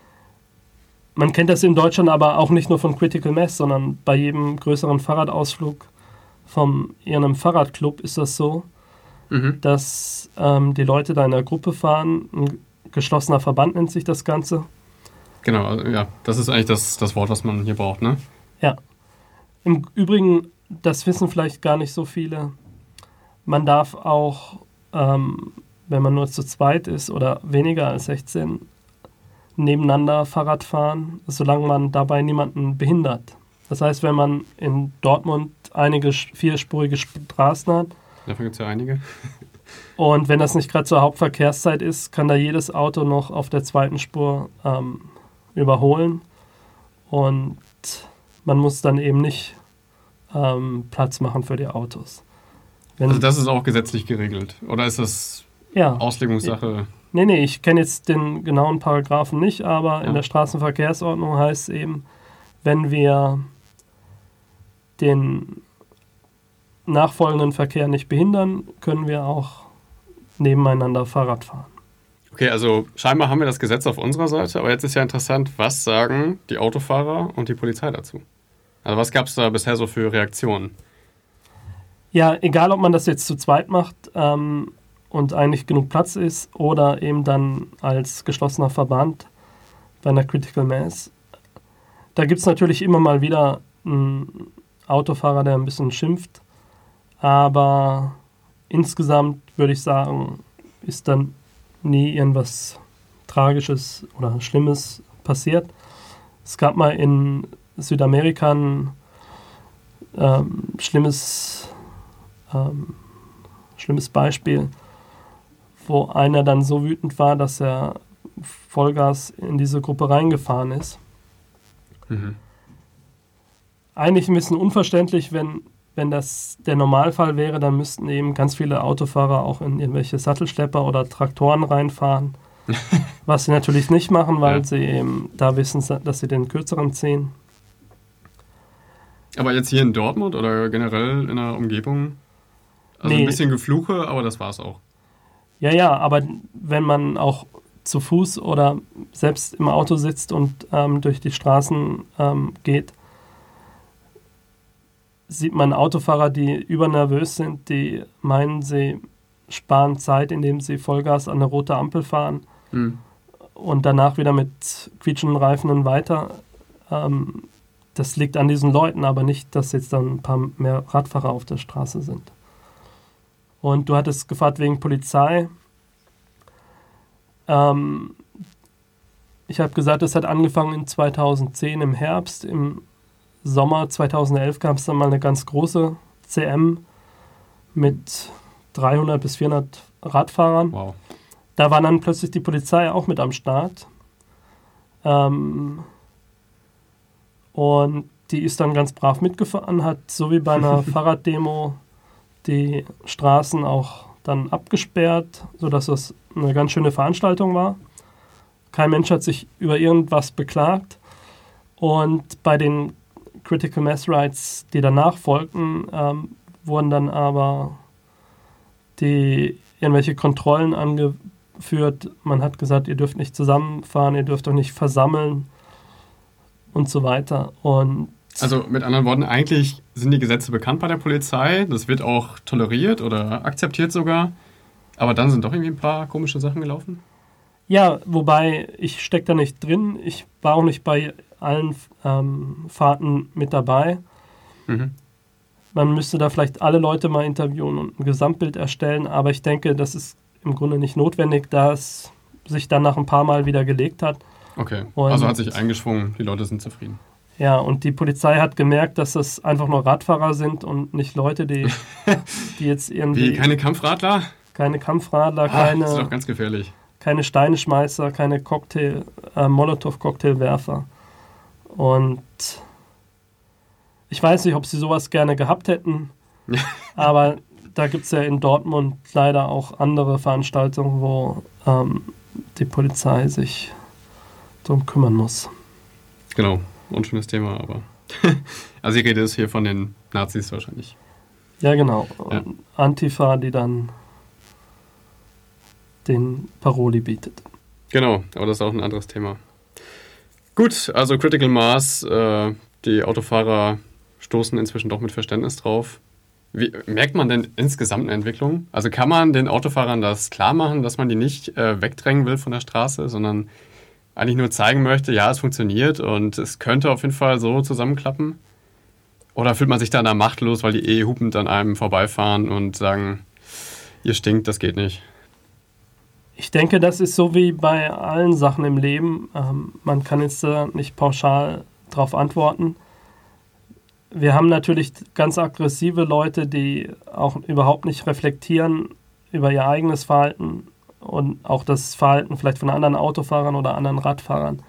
Man kennt das in Deutschland aber auch nicht nur von Critical Mass, sondern bei jedem größeren Fahrradausflug von irgendeinem Fahrradclub ist das so, mhm. dass ähm, die Leute da in der Gruppe fahren. Ein geschlossener Verband nennt sich das Ganze. Genau, also, ja, das ist eigentlich das, das Wort, was man hier braucht, ne? Ja. Im Übrigen, das wissen vielleicht gar nicht so viele, man darf auch, ähm, wenn man nur zu zweit ist oder weniger als sechzehn, nebeneinander Fahrrad fahren, solange man dabei niemanden behindert. Das heißt, wenn man in Dortmund einige vierspurige Straßen hat, davon gibt es ja einige, und wenn das nicht gerade zur Hauptverkehrszeit ist, kann da jedes Auto noch auf der zweiten Spur ähm, überholen und man muss dann eben nicht ähm, Platz machen für die Autos. Wenn, also das ist auch gesetzlich geregelt, oder ist das ja, Auslegungssache? Nee, nee, ich kenne jetzt den genauen Paragraphen nicht, aber ja. in der Straßenverkehrsordnung heißt es eben, wenn wir den nachfolgenden Verkehr nicht behindern, können wir auch nebeneinander Fahrrad fahren. Okay, also scheinbar haben wir das Gesetz auf unserer Seite, aber jetzt ist ja interessant, was sagen die Autofahrer und die Polizei dazu? Also was gab es da bisher so für Reaktionen? Ja, egal ob man das jetzt zu zweit macht ähm, und eigentlich genug Platz ist oder eben dann als geschlossener Verband bei einer Critical Mass. Da gibt es natürlich immer mal wieder einen Autofahrer, der ein bisschen schimpft, aber insgesamt würde ich sagen, ist dann nie irgendwas Tragisches oder Schlimmes passiert. Es gab mal in Südamerika ein ähm, schlimmes, ähm, schlimmes Beispiel, wo einer dann so wütend war, dass er Vollgas in diese Gruppe reingefahren ist. Mhm. Eigentlich ein bisschen unverständlich, wenn, wenn das der Normalfall wäre, dann müssten eben ganz viele Autofahrer auch in irgendwelche Sattelschlepper oder Traktoren reinfahren. Was sie natürlich nicht machen, weil ja. sie eben da wissen, dass sie den kürzeren ziehen. Aber jetzt hier in Dortmund oder generell in der Umgebung? Also nee. Ein bisschen Gefluche, aber das war's auch. Ja, ja, aber wenn man auch zu Fuß oder selbst im Auto sitzt und ähm, durch die Straßen ähm, geht, sieht man Autofahrer, die übernervös sind, die meinen, sie sparen Zeit, indem sie Vollgas an eine rote Ampel fahren mhm. und danach wieder mit quietschenden Reifen weiter. Ähm, das liegt an diesen Leuten, aber nicht, dass jetzt dann ein paar mehr Radfahrer auf der Straße sind. Und du hattest gefragt wegen Polizei. Ähm, ich habe gesagt, es hat angefangen in zweitausendzehn im Herbst. Im Sommer zweitausendelf gab es dann mal eine ganz große C M mit dreihundert bis vierhundert Radfahrern. Wow. Da war dann plötzlich die Polizei auch mit am Start. Ähm, und die ist dann ganz brav mitgefahren, hat so wie bei einer Fahrraddemo die Straßen auch dann abgesperrt, sodass das eine ganz schöne Veranstaltung war. Kein Mensch hat sich über irgendwas beklagt. Und bei den Critical Mass Rides, die danach folgten, ähm, wurden dann aber die irgendwelche Kontrollen angeführt. Man hat gesagt, ihr dürft nicht zusammenfahren, ihr dürft euch nicht versammeln und so weiter. Und also mit anderen Worten, eigentlich sind die Gesetze bekannt bei der Polizei, das wird auch toleriert oder akzeptiert sogar, aber dann sind doch irgendwie ein paar komische Sachen gelaufen? Ja, wobei ich stecke da nicht drin. Ich war auch nicht bei allen ähm, Fahrten mit dabei. Mhm. Man müsste da vielleicht alle Leute mal interviewen und ein Gesamtbild erstellen, aber ich denke, das ist im Grunde nicht notwendig, da es sich dann nach ein paar Mal wieder gelegt hat. Okay, Und, also hat sich eingeschwungen, die Leute sind zufrieden. Ja, und die Polizei hat gemerkt, dass das einfach nur Radfahrer sind und nicht Leute, die, die jetzt irgendwie... Wie, keine Kampfradler? Keine Kampfradler, Ah, keine, das ist doch ganz gefährlich. keine Steineschmeißer, keine Cocktail, äh, Molotow-Cocktailwerfer. Und ich weiß nicht, ob sie sowas gerne gehabt hätten, aber da gibt es ja in Dortmund leider auch andere Veranstaltungen, wo ähm, die Polizei sich drum kümmern muss. Genau, unschönes Thema, aber... also die Rede ist hier von den Nazis wahrscheinlich. Ja, genau. Ja. Antifa, die dann den Paroli bietet. Genau, aber das ist auch ein anderes Thema. Gut, also Critical Mass, äh, die Autofahrer stoßen inzwischen doch mit Verständnis drauf. Wie, merkt man denn insgesamt eine Entwicklung? Also kann man den Autofahrern das klar machen, dass man die nicht äh, wegdrängen will von der Straße, sondern eigentlich nur zeigen möchte, ja, es funktioniert und es könnte auf jeden Fall so zusammenklappen? Oder fühlt man sich dann da machtlos, weil die eh hupend an einem vorbeifahren und sagen, ihr stinkt, das geht nicht? Ich denke, das ist so wie bei allen Sachen im Leben. Ähm, man kann jetzt äh, nicht pauschal darauf antworten. Wir haben natürlich ganz aggressive Leute, die auch überhaupt nicht reflektieren über ihr eigenes Verhalten und auch das Verhalten vielleicht von anderen Autofahrern oder anderen Radfahrern.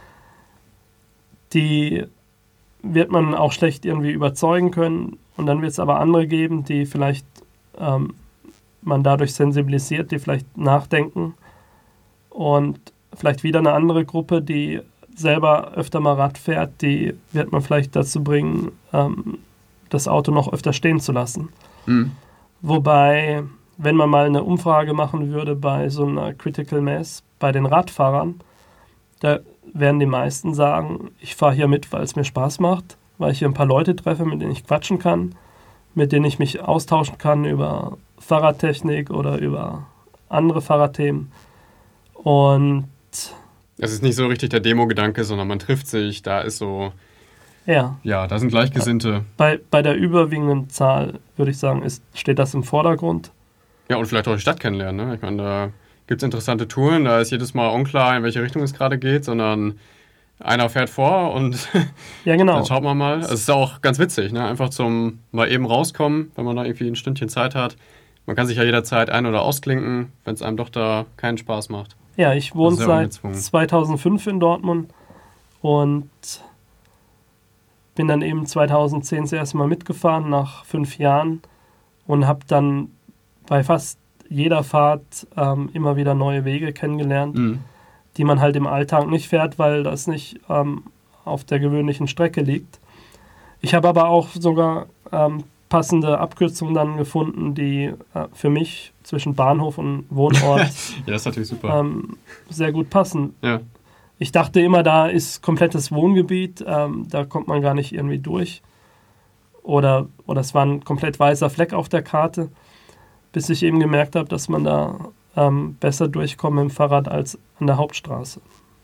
Die wird man auch schlecht irgendwie überzeugen können. Und dann wird es aber andere geben, die vielleicht ähm, man dadurch sensibilisiert, die vielleicht nachdenken. Und vielleicht wieder eine andere Gruppe, die selber öfter mal Rad fährt, die wird man vielleicht dazu bringen, ähm, das Auto noch öfter stehen zu lassen. Mhm. Wobei, wenn man mal eine Umfrage machen würde bei so einer Critical Mass, bei den Radfahrern, da werden die meisten sagen, ich fahre hier mit, weil es mir Spaß macht, weil ich hier ein paar Leute treffe, mit denen ich quatschen kann, mit denen ich mich austauschen kann über Fahrradtechnik oder über andere Fahrradthemen. Und es ist nicht so richtig der Demo-Gedanke, sondern man trifft sich, da ist so, ja, ja, da sind Gleichgesinnte. Bei, bei der überwiegenden Zahl, würde ich sagen, ist, steht das im Vordergrund. Ja, und vielleicht auch die Stadt kennenlernen, ne? Ich meine, da gibt es interessante Touren, da ist jedes Mal unklar, in welche Richtung es gerade geht, sondern einer fährt vor und ja, genau. Dann schaut man mal. Es ist auch ganz witzig, ne? Einfach zum mal eben rauskommen, wenn man da irgendwie ein Stündchen Zeit hat. Man kann sich ja jederzeit ein- oder ausklinken, wenn es einem doch da keinen Spaß macht. Ja, ich wohne Also seit zweitausendfünf in Dortmund und bin dann eben zweitausendzehn das erste Mal mitgefahren, nach fünf Jahren, und habe dann bei fast jeder Fahrt ähm, immer wieder neue Wege kennengelernt, Mhm. die man halt im Alltag nicht fährt, weil das nicht ähm, auf der gewöhnlichen Strecke liegt. Ich habe aber auch sogar ähm, passende Abkürzungen dann gefunden, die äh, für mich zwischen Bahnhof und Wohnort Ja, das ist natürlich super. ähm, sehr gut passen. Ja. Ich dachte immer, da ist komplettes Wohngebiet, ähm, da kommt man gar nicht irgendwie durch. Oder, oder es war ein komplett weißer Fleck auf der Karte, bis ich eben gemerkt habe, dass man da ähm, besser durchkommt mit dem Fahrrad als an der Hauptstraße.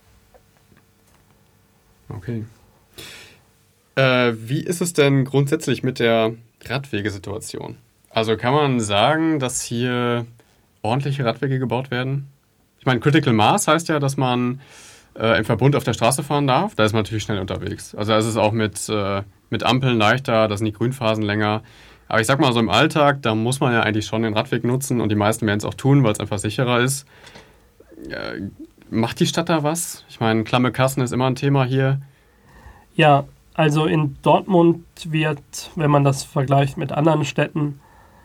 Okay. Äh, wie ist es denn grundsätzlich mit der Radwegesituation? Also kann man sagen, dass hier ordentliche Radwege gebaut werden? Ich meine, Critical Mass heißt ja, dass man äh, im Verbund auf der Straße fahren darf. Da ist man natürlich schnell unterwegs. Also es ist auch mit, äh, mit Ampeln leichter, da sind die Grünphasen länger. Aber ich sag mal so im Alltag, da muss man ja eigentlich schon den Radweg nutzen und die meisten werden es auch tun, weil es einfach sicherer ist. Äh, macht die Stadt da was? Ich meine, klamme Kassen ist immer ein Thema hier. Ja, also in Dortmund wird, wenn man das vergleicht mit anderen Städten,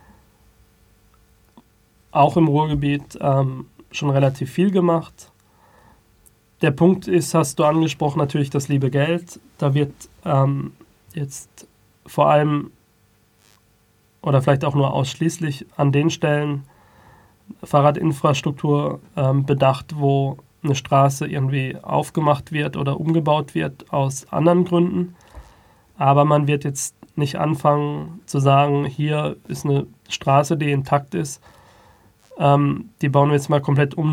auch im Ruhrgebiet ähm, schon relativ viel gemacht. Der Punkt ist, hast du angesprochen, natürlich das liebe Geld. Da wird ähm, jetzt vor allem oder vielleicht auch nur ausschließlich an den Stellen Fahrradinfrastruktur ähm, bedacht, wo eine Straße irgendwie aufgemacht wird oder umgebaut wird aus anderen Gründen. Aber man wird jetzt nicht anfangen zu sagen, hier ist eine Straße, die intakt ist. Ähm, die bauen wir jetzt mal komplett um, nur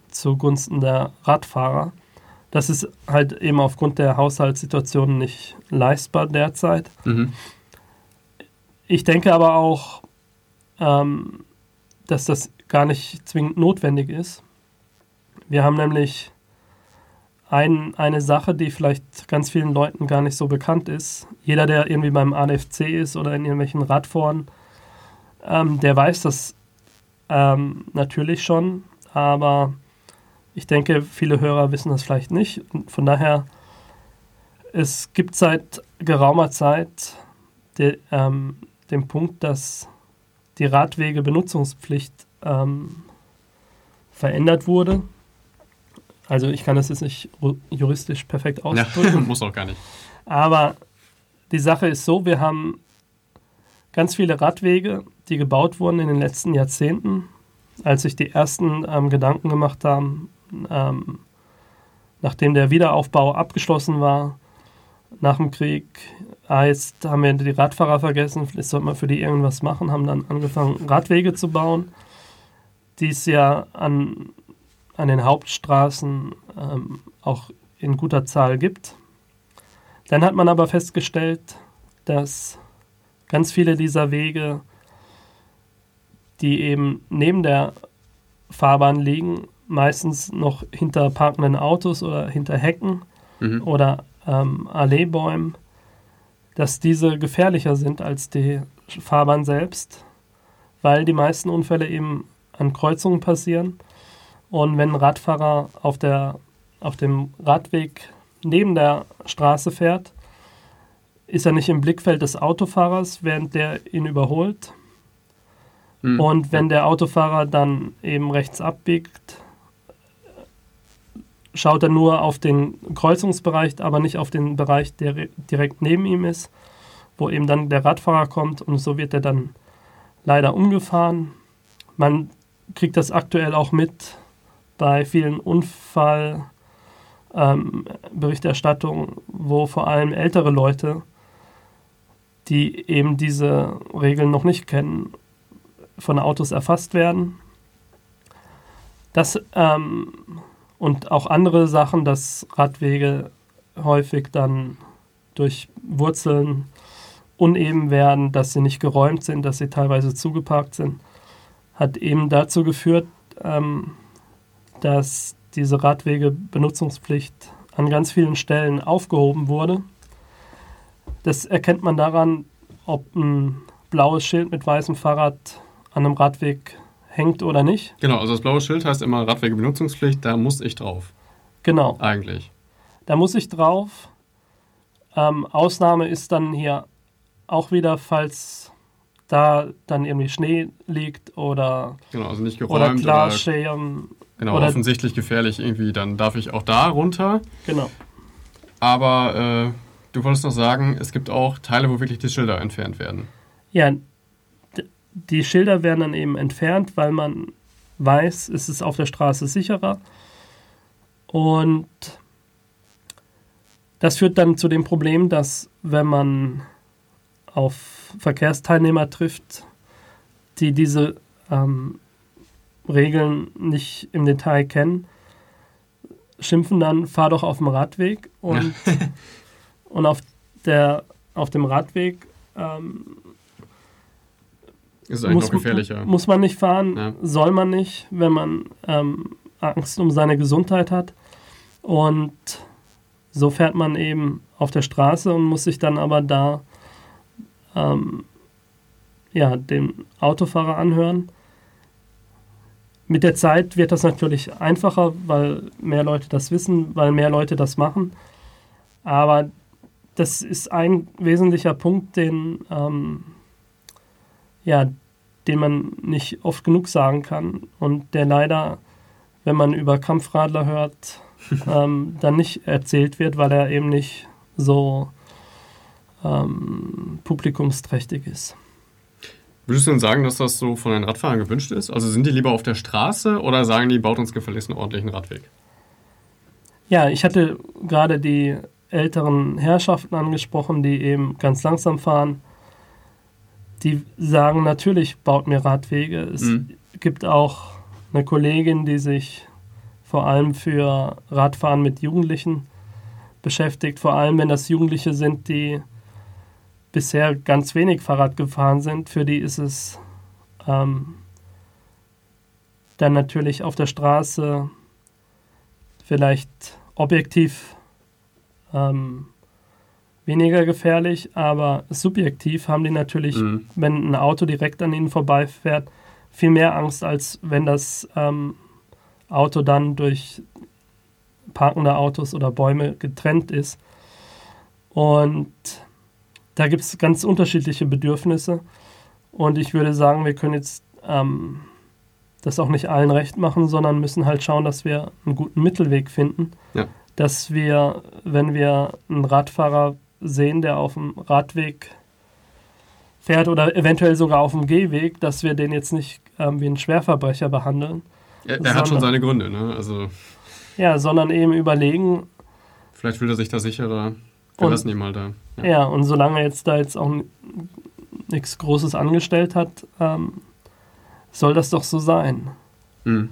zugunsten der Radfahrer. Das ist halt eben aufgrund der Haushaltssituation nicht leistbar derzeit. Mhm. Ich denke aber auch, ähm, dass das gar nicht zwingend notwendig ist. Wir haben nämlich ein, eine Sache, die vielleicht ganz vielen Leuten gar nicht so bekannt ist. Jeder, der irgendwie beim A D F C ist oder in irgendwelchen Radforen, ähm, der weiß das ähm, natürlich schon, aber ich denke, viele Hörer wissen das vielleicht nicht. Und von daher, es gibt seit geraumer Zeit de, ähm, den Punkt, dass die Radwegebenutzungspflicht ähm, verändert wurde. Also ich kann das jetzt nicht juristisch perfekt ausdrücken. Ja, muss auch gar nicht. Aber die Sache ist so, wir haben ganz viele Radwege, die gebaut wurden in den letzten Jahrzehnten, als sich die ersten ähm, Gedanken gemacht haben, ähm, nachdem der Wiederaufbau abgeschlossen war, nach dem Krieg, ah, jetzt haben wir die Radfahrer vergessen, vielleicht sollte man für die irgendwas machen, haben dann angefangen, Radwege zu bauen, die es ja an, an den Hauptstraßen ähm, auch in guter Zahl gibt. Dann hat man aber festgestellt, dass ganz viele dieser Wege, die eben neben der Fahrbahn liegen, meistens noch hinter parkenden Autos oder hinter Hecken mhm. oder ähm, Alleebäumen, dass diese gefährlicher sind als die Fahrbahn selbst, weil die meisten Unfälle eben an Kreuzungen passieren. Und wenn ein Radfahrer auf, der, auf dem Radweg neben der Straße fährt, ist er nicht im Blickfeld des Autofahrers, während der ihn überholt. Mhm. Und wenn der Autofahrer dann eben rechts abbiegt, schaut er nur auf den Kreuzungsbereich, aber nicht auf den Bereich, der direkt neben ihm ist, wo eben dann der Radfahrer kommt, und so wird er dann leider umgefahren. Man kriegt das aktuell auch mit bei vielen Unfallberichterstattungen, ähm, wo vor allem ältere Leute, die eben diese Regeln noch nicht kennen, von Autos erfasst werden. Das ähm, und auch andere Sachen, dass Radwege häufig dann durch Wurzeln uneben werden, dass sie nicht geräumt sind, dass sie teilweise zugeparkt sind, hat eben dazu geführt, ähm, dass diese Radwegebenutzungspflicht an ganz vielen Stellen aufgehoben wurde. Das erkennt man daran, ob ein blaues Schild mit weißem Fahrrad an einem Radweg hängt oder nicht. Genau, also das blaue Schild heißt immer Radwegebenutzungspflicht, da muss ich drauf. Genau. Eigentlich. Da muss ich drauf. Ähm, Ausnahme ist dann hier auch wieder, falls da dann irgendwie Schnee liegt oder, genau, also nicht geräumt oder Glasschirm. Genau, oder offensichtlich gefährlich irgendwie, dann darf ich auch da runter. Genau. Aber äh, du wolltest noch sagen, es gibt auch Teile, wo wirklich die Schilder entfernt werden. Ja, d- die Schilder werden dann eben entfernt, weil man weiß, es ist auf der Straße sicherer. Und das führt dann zu dem Problem, dass wenn man auf Verkehrsteilnehmer trifft, die diese ähm, Regeln nicht im Detail kennen, schimpfen dann, fahr doch auf dem Radweg. Und, und auf, der, auf dem Radweg ähm, ist eigentlich muss, noch gefährlicher. Muss man nicht fahren, ja. Soll man nicht, wenn man ähm, Angst um seine Gesundheit hat. Und so fährt man eben auf der Straße und muss sich dann aber da ähm, ja, dem Autofahrer anhören. Mit der Zeit wird das natürlich einfacher, weil mehr Leute das wissen, weil mehr Leute das machen. Aber das ist ein wesentlicher Punkt, den, ähm, ja, den man nicht oft genug sagen kann und der leider, wenn man über Kampfradler hört, ähm, dann nicht erzählt wird, weil er eben nicht so ähm, publikumsträchtig ist. Würdest du denn sagen, dass das so von den Radfahrern gewünscht ist? Also sind die lieber auf der Straße oder sagen die, baut uns gefälligst einen ordentlichen Radweg? Ja, ich hatte gerade die älteren Herrschaften angesprochen, die eben ganz langsam fahren. Die sagen, natürlich baut mir Radwege. Es mhm. gibt auch eine Kollegin, die sich vor allem für Radfahren mit Jugendlichen beschäftigt, vor allem wenn das Jugendliche sind, die bisher ganz wenig Fahrrad gefahren sind. Für die ist es ähm, dann natürlich auf der Straße vielleicht objektiv ähm, weniger gefährlich, aber subjektiv haben die natürlich, mhm. wenn ein Auto direkt an ihnen vorbeifährt, viel mehr Angst, als wenn das ähm, Auto dann durch parkende Autos oder Bäume getrennt ist. Und da gibt es ganz unterschiedliche Bedürfnisse. Und ich würde sagen, wir können jetzt ähm, das auch nicht allen recht machen, sondern müssen halt schauen, dass wir einen guten Mittelweg finden. Ja. Dass wir, wenn wir einen Radfahrer sehen, der auf dem Radweg fährt oder eventuell sogar auf dem Gehweg, dass wir den jetzt nicht ähm, wie einen Schwerverbrecher behandeln. Ja, er sondern, hat schon seine Gründe, ne? Also ja, sondern eben überlegen. Vielleicht fühlt er sich da sicherer. Wir und, lassen ihn mal da. Ja. ja, und solange er jetzt da jetzt auch nichts Großes angestellt hat, ähm, soll das doch so sein. Mhm.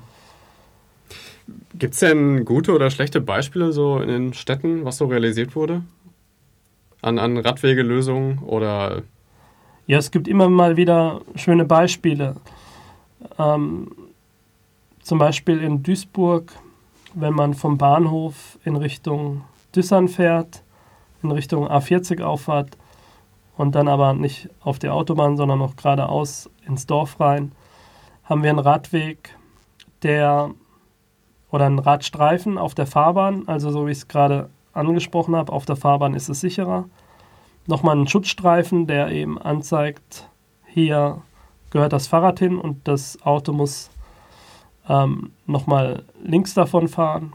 Gibt es denn gute oder schlechte Beispiele so in den Städten, was so realisiert wurde? An, an Radwegelösungen oder... Ja, es gibt immer mal wieder schöne Beispiele. Ähm, zum Beispiel in Duisburg, wenn man vom Bahnhof in Richtung Düssern fährt, in Richtung A vierzig auffahrt und dann aber nicht auf die Autobahn, sondern noch geradeaus ins Dorf rein, haben wir einen Radweg, der oder einen Radstreifen auf der Fahrbahn, also so wie ich es gerade angesprochen habe, auf der Fahrbahn ist es sicherer. Nochmal einen Schutzstreifen, der eben anzeigt, hier gehört das Fahrrad hin und das Auto muss ähm, nochmal links davon fahren.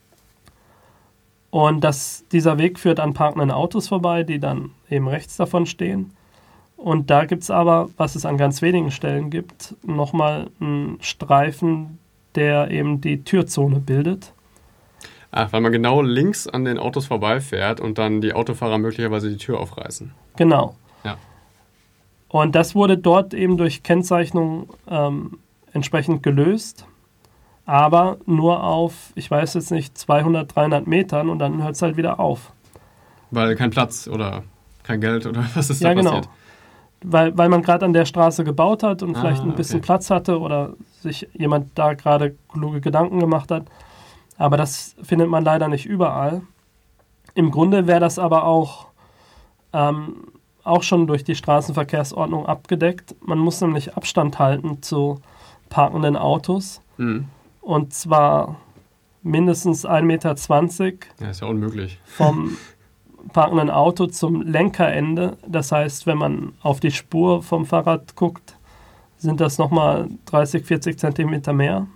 Und das, dieser Weg führt an parkenden Autos vorbei, die dann eben rechts davon stehen. Und da gibt es aber, was es an ganz wenigen Stellen gibt, nochmal einen Streifen, der eben die Türzone bildet. Ach, weil man genau links an den Autos vorbeifährt und dann die Autofahrer möglicherweise die Tür aufreißen. Genau. Ja. Und das wurde dort eben durch Kennzeichnung ähm, entsprechend gelöst, aber nur auf, ich weiß jetzt nicht, zweihundert, dreihundert Metern und dann hört es halt wieder auf. Weil kein Platz oder kein Geld oder was ist ja, da passiert? Genau. Weil, weil man gerade an der Straße gebaut hat und ah, vielleicht ein bisschen okay. Platz hatte oder sich jemand da gerade kluge Gedanken gemacht hat. Aber das findet man leider nicht überall. Im Grunde wäre das aber auch, ähm, auch schon durch die Straßenverkehrsordnung abgedeckt. Man muss nämlich Abstand halten zu parkenden Autos. Mhm. Und zwar mindestens ein Meter zwanzig. Ja, ist ja unmöglich. Vom parkenden Auto zum Lenkerende. Das heißt, wenn man auf die Spur vom Fahrrad guckt, sind das nochmal dreißig, vierzig Zentimeter mehr.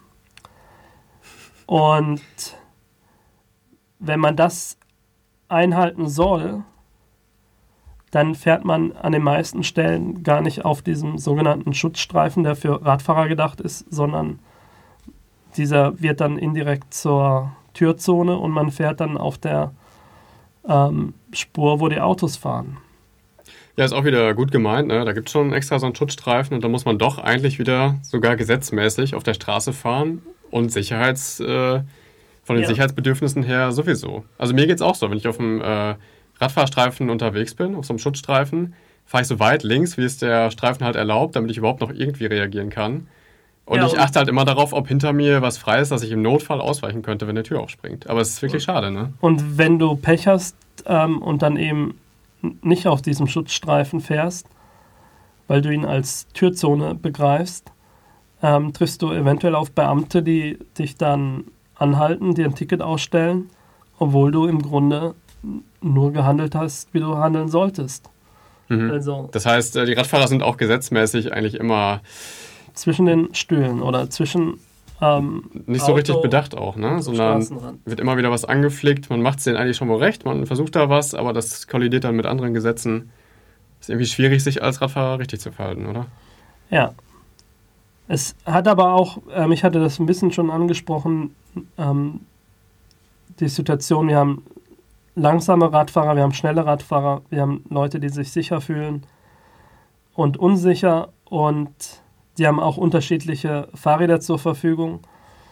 Und wenn man das einhalten soll, dann fährt man an den meisten Stellen gar nicht auf diesem sogenannten Schutzstreifen, der für Radfahrer gedacht ist, sondern dieser wird dann indirekt zur Türzone und man fährt dann auf der ähm, Spur, wo die Autos fahren. Ja, ist auch wieder gut gemeint, ne? Da gibt es schon extra so einen Schutzstreifen und da muss man doch eigentlich wieder sogar gesetzmäßig auf der Straße fahren und Sicherheits, äh, von den ja. Sicherheitsbedürfnissen her sowieso. Also mir geht es auch so, wenn ich auf dem äh, Radfahrstreifen unterwegs bin, auf so einem Schutzstreifen, fahre ich so weit links, wie es der Streifen halt erlaubt, damit ich überhaupt noch irgendwie reagieren kann. Und ja, ich achte halt immer darauf, ob hinter mir was frei ist, dass ich im Notfall ausweichen könnte, wenn eine Tür aufspringt. Aber es ist wirklich schade, ne? Und wenn du Pech hast ähm, und dann eben nicht auf diesem Schutzstreifen fährst, weil du ihn als Türzone begreifst, ähm, triffst du eventuell auf Beamte, die dich dann anhalten, dir ein Ticket ausstellen, obwohl du im Grunde nur gehandelt hast, wie du handeln solltest. Mhm. Also, das heißt, die Radfahrer sind auch gesetzmäßig eigentlich immer zwischen den Stühlen oder zwischen ähm, nicht so Auto richtig bedacht auch, ne? Sondern wird immer wieder was angeflickt, man macht es denen eigentlich schon mal recht, man versucht da was, aber das kollidiert dann mit anderen Gesetzen. Ist irgendwie schwierig, sich als Radfahrer richtig zu verhalten, oder? Ja. Es hat aber auch, ähm, ich hatte das ein bisschen schon angesprochen, ähm, die Situation, wir haben langsame Radfahrer, wir haben schnelle Radfahrer, wir haben Leute, die sich sicher fühlen und unsicher und die haben auch unterschiedliche Fahrräder zur Verfügung.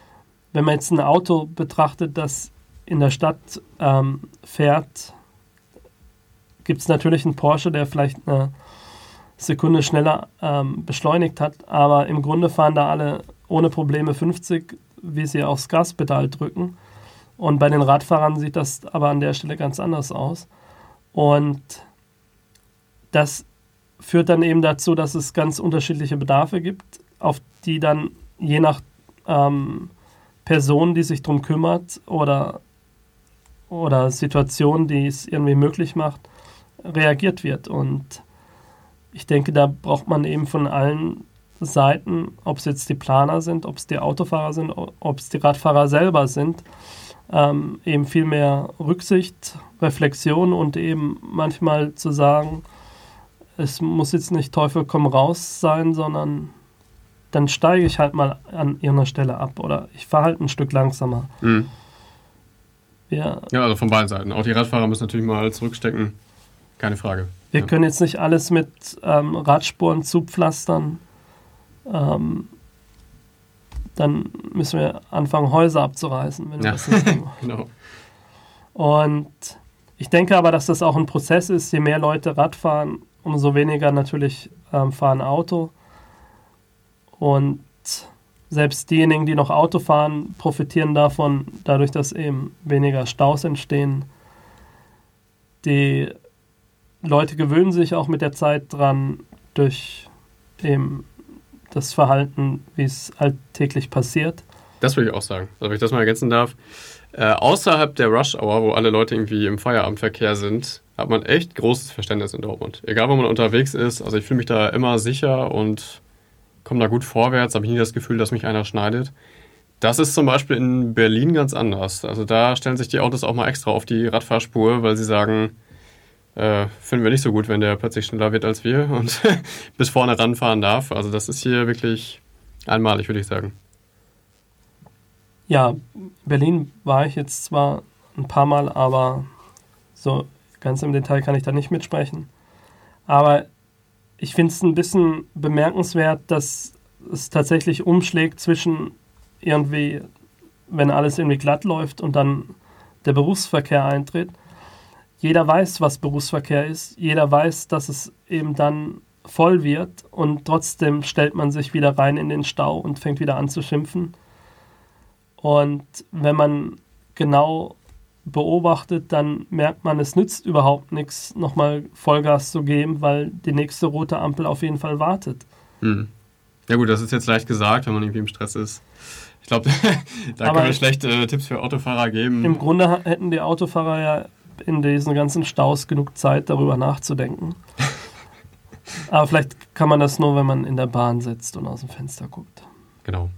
wenn man jetzt ein Auto betrachtet, das in der Stadt ähm, fährt, gibt es natürlich einen Porsche, der vielleicht eine Sekunde schneller ähm, beschleunigt hat, aber im Grunde fahren da alle ohne Probleme fünfzig, wie sie aufs Gaspedal drücken. Und bei den Radfahrern sieht das aber an der Stelle ganz anders aus. Und das führt dann eben dazu, dass es ganz unterschiedliche Bedarfe gibt, auf die dann je nach ähm, Person, die sich darum kümmert oder, oder Situation, die es irgendwie möglich macht, reagiert wird. Und ich denke, da braucht man eben von allen Seiten, ob es jetzt die Planer sind, ob es die Autofahrer sind, ob es die Radfahrer selber sind, ähm, eben viel mehr Rücksicht, Reflexion und eben manchmal zu sagen, es muss jetzt nicht Teufel komm raus sein, sondern dann steige ich halt mal an irgendeiner Stelle ab oder ich fahre halt ein Stück langsamer. Mhm. Ja. ja, also von beiden Seiten. Auch die Radfahrer müssen natürlich mal zurückstecken, keine Frage. Wir ja. können jetzt nicht alles mit ähm, Radspuren zupflastern. Ähm, dann müssen wir anfangen, Häuser abzureißen. Wenn wir ja. das nicht tun. Genau. Und ich denke aber, dass das auch ein Prozess ist. Je mehr Leute Rad fahren, umso weniger natürlich ähm, fahren Auto. Und selbst diejenigen, die noch Auto fahren, profitieren davon, dadurch, dass eben weniger Staus entstehen. Die Leute gewöhnen sich auch mit der Zeit dran durch eben das Verhalten, wie es alltäglich passiert. Das würde ich auch sagen, also wenn ich das mal ergänzen darf. Äh, außerhalb der Rush-Hour, wo alle Leute irgendwie im Feierabendverkehr sind, hat man echt großes Verständnis in Dortmund. Egal, wo man unterwegs ist, also ich fühle mich da immer sicher und komme da gut vorwärts, habe ich nie das Gefühl, dass mich einer schneidet. Das ist zum Beispiel in Berlin ganz anders. Also da stellen sich die Autos auch mal extra auf die Radfahrspur, weil sie sagen, äh, finden wir nicht so gut, wenn der plötzlich schneller wird als wir und bis vorne ranfahren darf. Also das ist hier wirklich einmalig, würde ich sagen. Ja, Berlin war ich jetzt zwar ein paar Mal, aber so ganz im Detail kann ich da nicht mitsprechen. Aber ich finde es ein bisschen bemerkenswert, dass es tatsächlich umschlägt zwischen irgendwie, wenn alles irgendwie glatt läuft und dann der Berufsverkehr eintritt. Jeder weiß, was Berufsverkehr ist. Jeder weiß, dass es eben dann voll wird und trotzdem stellt man sich wieder rein in den Stau und fängt wieder an zu schimpfen. Und wenn man genau beobachtet, dann merkt man, es nützt überhaupt nichts, nochmal Vollgas zu geben, weil die nächste rote Ampel auf jeden Fall wartet. Hm. Ja gut, das ist jetzt leicht gesagt, wenn man irgendwie im Stress ist. Ich glaube, da Aber können wir schlecht äh, Tipps für Autofahrer geben. Im Grunde hätten die Autofahrer ja in diesen ganzen Staus genug Zeit, darüber nachzudenken. Aber vielleicht kann man das nur, wenn man in der Bahn sitzt und aus dem Fenster guckt. Genau.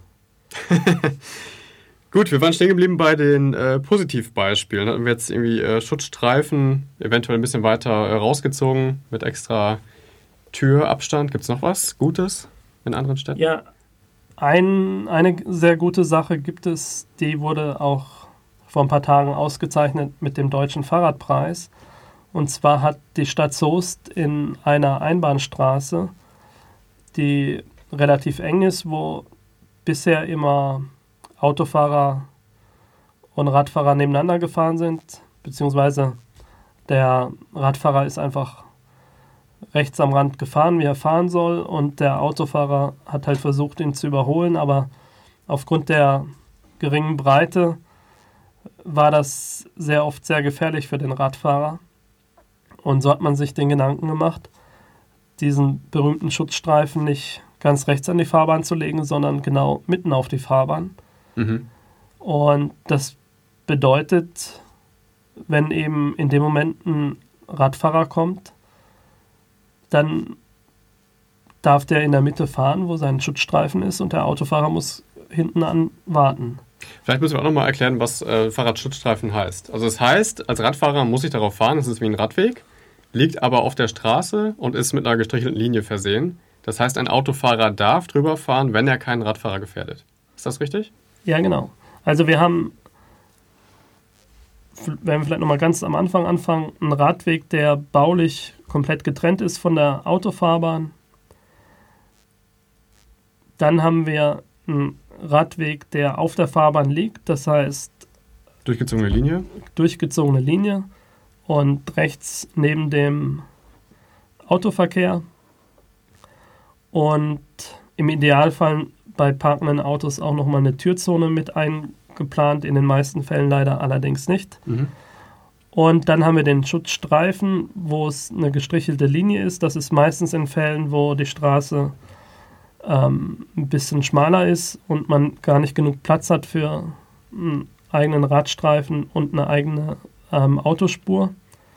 Gut, wir waren stehen geblieben bei den äh, Positivbeispielen. Hatten wir jetzt irgendwie äh, Schutzstreifen, eventuell ein bisschen weiter äh, rausgezogen mit extra Türabstand. Gibt es noch was Gutes in anderen Städten? Ja, ein, eine sehr gute Sache gibt es, die wurde auch vor ein paar Tagen ausgezeichnet mit dem Deutschen Fahrradpreis. Und zwar hat die Stadt Soest in einer Einbahnstraße, die relativ eng ist, wo bisher immer Autofahrer und Radfahrer nebeneinander gefahren sind, beziehungsweise der Radfahrer ist einfach rechts am Rand gefahren, wie er fahren soll, und der Autofahrer hat halt versucht, ihn zu überholen, aber aufgrund der geringen Breite war das sehr oft sehr gefährlich für den Radfahrer. Und so hat man sich den Gedanken gemacht, diesen berühmten Schutzstreifen nicht ganz rechts an die Fahrbahn zu legen, sondern genau mitten auf die Fahrbahn. Mhm. Und das bedeutet, wenn eben in dem Moment ein Radfahrer kommt, dann darf der in der Mitte fahren, wo sein Schutzstreifen ist, und der Autofahrer muss hinten an warten. Vielleicht müssen wir auch nochmal erklären, was äh, Fahrradschutzstreifen heißt. Also es heißt, als Radfahrer muss ich darauf fahren, es ist wie ein Radweg, liegt aber auf der Straße und ist mit einer gestrichelten Linie versehen. Das heißt, ein Autofahrer darf drüber fahren, wenn er keinen Radfahrer gefährdet. Ist das richtig? Ja, genau. Also wir haben, wenn wir vielleicht nochmal ganz am Anfang anfangen, einen Radweg, der baulich komplett getrennt ist von der Autofahrbahn. Dann haben wir einen Radweg, der auf der Fahrbahn liegt, das heißt durchgezogene Linie. Durchgezogene Linie und rechts neben dem Autoverkehr. Und im Idealfall bei parkenden Autos auch nochmal eine Türzone mit eingeplant, in den meisten Fällen leider allerdings nicht. Mhm. Und dann haben wir den Schutzstreifen, wo es eine gestrichelte Linie ist. Das ist meistens in Fällen, wo die Straße ähm, ein bisschen schmaler ist und man gar nicht genug Platz hat für einen eigenen Radstreifen und eine eigene ähm, Autospur.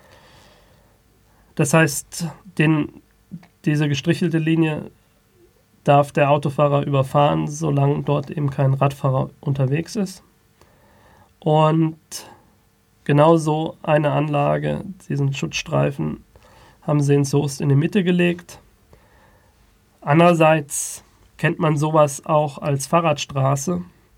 Das heißt, den, diese gestrichelte Linie darf der Autofahrer überfahren, solange dort eben kein Radfahrer unterwegs ist. Und genau so eine Anlage, diesen Schutzstreifen, haben sie in Soest in die Mitte gelegt. Andererseits kennt man sowas auch als Fahrradstraße.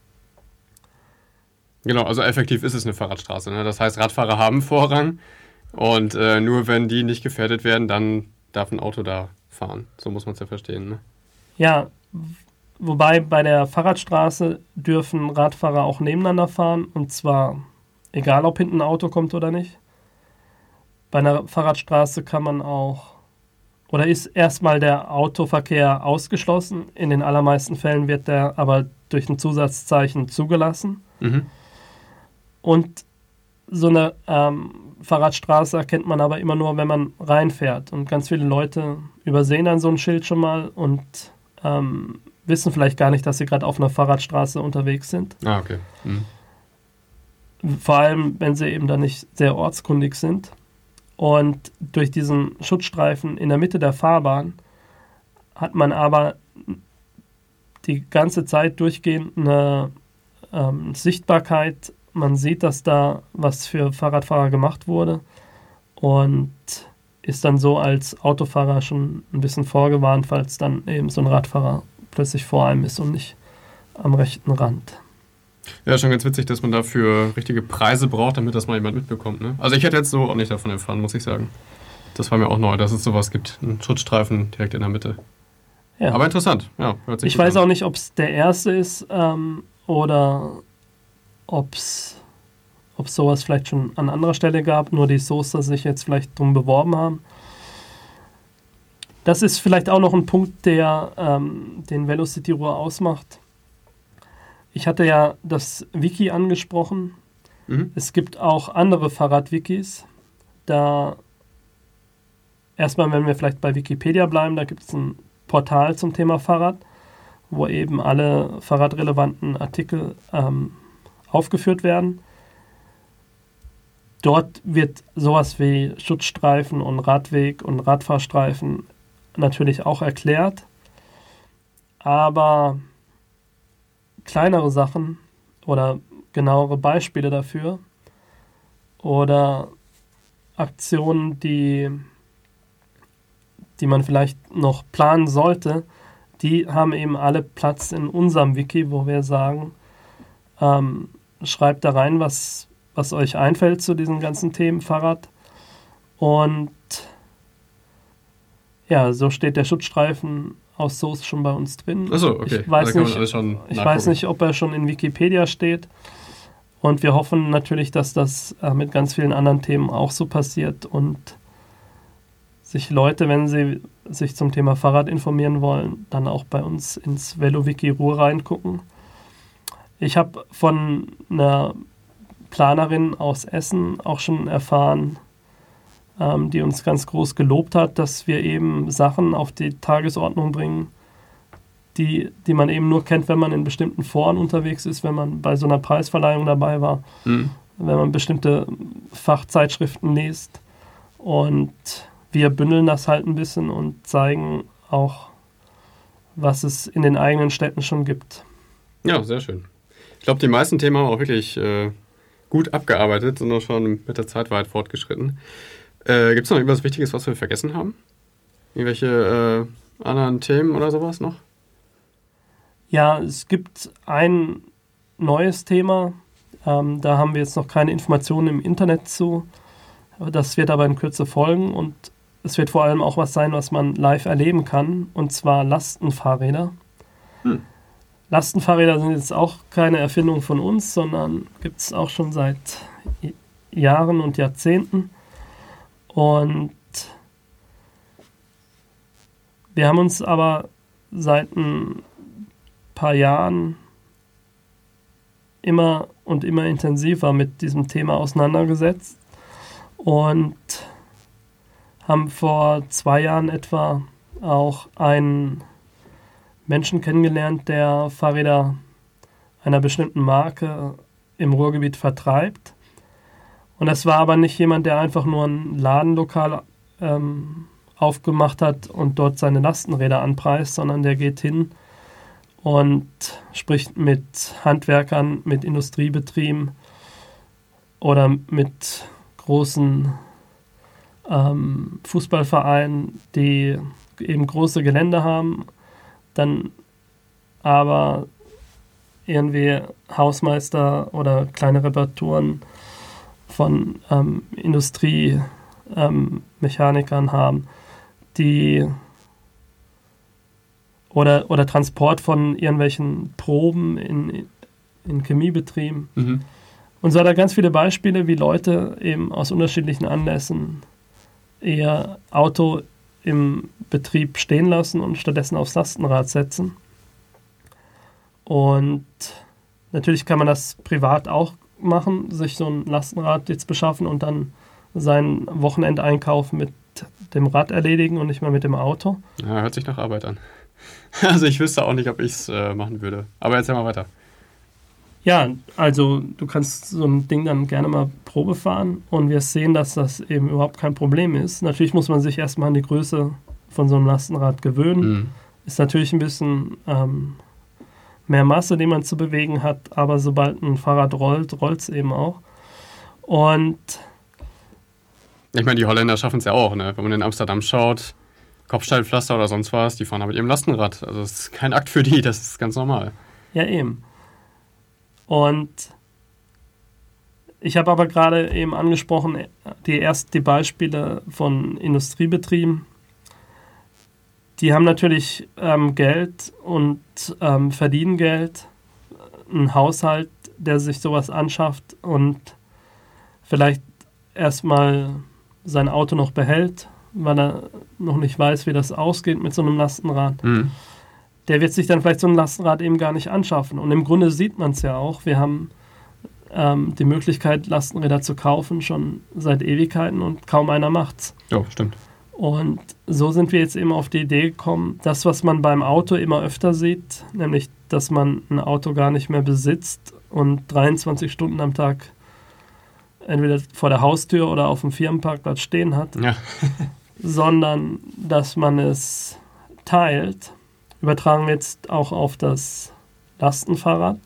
Genau, also effektiv ist es eine Fahrradstraße. Ne? Das heißt, Radfahrer haben Vorrang und äh, nur wenn die nicht gefährdet werden, dann darf ein Auto da fahren. So muss man es ja verstehen. Ne? Ja, wobei bei der Fahrradstraße dürfen Radfahrer auch nebeneinander fahren und zwar egal, ob hinten ein Auto kommt oder nicht. Bei einer Fahrradstraße kann man auch, oder ist erstmal der Autoverkehr ausgeschlossen. In den allermeisten Fällen wird der aber durch ein Zusatzzeichen zugelassen. Mhm. Und so eine ähm, Fahrradstraße erkennt man aber immer nur, wenn man reinfährt. Und ganz viele Leute übersehen dann so ein Schild schon mal und ähm, wissen vielleicht gar nicht, dass sie gerade auf einer Fahrradstraße unterwegs sind. Ah, okay. Mhm. Vor allem, wenn sie eben dann nicht sehr ortskundig sind. Und durch diesen Schutzstreifen in der Mitte der Fahrbahn hat man aber die ganze Zeit durchgehend eine ähm, Sichtbarkeit. Man sieht, dass da was für Fahrradfahrer gemacht wurde und ist dann so als Autofahrer schon ein bisschen vorgewarnt, falls dann eben so ein Radfahrer plötzlich vor einem ist und nicht am rechten Rand. Ja, schon ganz witzig, dass man dafür richtige Preise braucht, damit das mal jemand mitbekommt. Ne? Also ich hätte jetzt so auch nicht davon erfahren, muss ich sagen. Das war mir auch neu, dass es sowas gibt. Einen Schutzstreifen direkt in der Mitte. Ja. Aber interessant. Ja, hört sich ich gut weiß an. auch nicht, ob es der erste ist ähm, oder ob es sowas vielleicht schon an anderer Stelle gab, nur die Soester sich jetzt vielleicht drum beworben haben. Das ist vielleicht auch noch ein Punkt, der ähm, den Velocity Ruhr ausmacht. Ich hatte ja das Wiki angesprochen. Mhm. Es gibt auch andere Fahrradwikis. Da erstmal, wenn wir vielleicht bei Wikipedia bleiben, da gibt es ein Portal zum Thema Fahrrad, wo eben alle fahrradrelevanten Artikel ähm, aufgeführt werden. Dort wird sowas wie Schutzstreifen und Radweg und Radfahrstreifen natürlich auch erklärt. Aber kleinere Sachen oder genauere Beispiele dafür oder Aktionen, die, die man vielleicht noch planen sollte, die haben eben alle Platz in unserem Wiki, wo wir sagen, ähm, schreibt da rein, was, was euch einfällt zu diesen ganzen Themen Fahrrad. Und ja, so steht der Schutzstreifen aus Soest schon bei uns drin. Achso, okay. Ich weiß, also nicht, alles schon ich weiß nicht, ob er schon in Wikipedia steht. Und wir hoffen natürlich, dass das äh, mit ganz vielen anderen Themen auch so passiert und sich Leute, wenn sie sich zum Thema Fahrrad informieren wollen, dann auch bei uns ins VeloWiki Ruhr reingucken. Ich habe von einer Planerin aus Essen auch schon erfahren, ähm, die uns ganz groß gelobt hat, dass wir eben Sachen auf die Tagesordnung bringen, die, die man eben nur kennt, wenn man in bestimmten Foren unterwegs ist, wenn man bei so einer Preisverleihung dabei war, mhm. wenn man bestimmte Fachzeitschriften liest. Und wir bündeln das halt ein bisschen und zeigen auch, was es in den eigenen Städten schon gibt. Ja, sehr schön. Ich glaube, die meisten Themen haben auch wirklich äh, gut abgearbeitet, sind auch schon mit der Zeit weit fortgeschritten. Äh, Gibt es noch irgendwas Wichtiges, was wir vergessen haben? Irgendwelche äh, anderen Themen oder sowas noch? Ja, es gibt ein neues Thema. Ähm, da haben wir jetzt noch keine Informationen im Internet zu. Das wird aber in Kürze folgen und es wird vor allem auch was sein, was man live erleben kann, und zwar Lastenfahrräder. Hm. Lastenfahrräder sind jetzt auch keine Erfindung von uns, sondern gibt es auch schon seit Jahren und Jahrzehnten. Und wir haben uns aber seit ein paar Jahren immer und immer intensiver mit diesem Thema auseinandergesetzt und haben vor zwei Jahren etwa auch einen Menschen kennengelernt, der Fahrräder einer bestimmten Marke im Ruhrgebiet vertreibt. Und das war aber nicht jemand, der einfach nur ein Ladenlokal ähm, aufgemacht hat und dort seine Lastenräder anpreist, sondern der geht hin und spricht mit Handwerkern, mit Industriebetrieben oder mit großen ähm, Fußballvereinen, die eben große Gelände haben, dann aber irgendwie Hausmeister oder kleine Reparaturen von ähm, Industriemechanikern ähm, haben, die oder, oder Transport von irgendwelchen Proben in, in Chemiebetrieben. Mhm. Und so hat er ganz viele Beispiele, wie Leute eben aus unterschiedlichen Anlässen ihr Auto im Betrieb stehen lassen und stattdessen aufs Lastenrad setzen. Und natürlich kann man das privat auch machen, sich so ein Lastenrad jetzt beschaffen und dann seinen Wochenendeinkauf mit dem Rad erledigen und nicht mal mit dem Auto. Ja, hört sich nach Arbeit an. Also ich wüsste auch nicht, ob ich es äh, machen würde. Aber erzähl mal weiter. Ja, also du kannst so ein Ding dann gerne mal Probe fahren und wir sehen, dass das eben überhaupt kein Problem ist. Natürlich muss man sich erstmal an die Größe von so einem Lastenrad gewöhnen. Mhm. Ist natürlich ein bisschen ähm, mehr Masse, die man zu bewegen hat, aber sobald ein Fahrrad rollt, rollt es eben auch. Und ich meine, die Holländer schaffen es ja auch, ne? Wenn man in Amsterdam schaut, Kopfsteinpflaster oder sonst was, die fahren da mit ihrem Lastenrad. Also das ist kein Akt für die, das ist ganz normal. Ja, eben. Und ich habe aber gerade eben angesprochen, die ersten die Beispiele von Industriebetrieben. Die haben natürlich ähm, Geld und ähm, verdienen Geld. Ein Haushalt, der sich sowas anschafft und vielleicht erstmal sein Auto noch behält, weil er noch nicht weiß, wie das ausgeht mit so einem Lastenrad. Mhm. Der wird sich dann vielleicht so ein Lastenrad eben gar nicht anschaffen. Und im Grunde sieht man es ja auch. Wir haben ähm, die Möglichkeit, Lastenräder zu kaufen, schon seit Ewigkeiten und kaum einer macht's. Ja, stimmt. Und so sind wir jetzt eben auf die Idee gekommen, das, was man beim Auto immer öfter sieht, nämlich, dass man ein Auto gar nicht mehr besitzt und dreiundzwanzig Stunden am Tag entweder vor der Haustür oder auf dem Firmenparkplatz stehen hat, ja. sondern dass man es teilt, übertragen wir jetzt auch auf das Lastenfahrrad.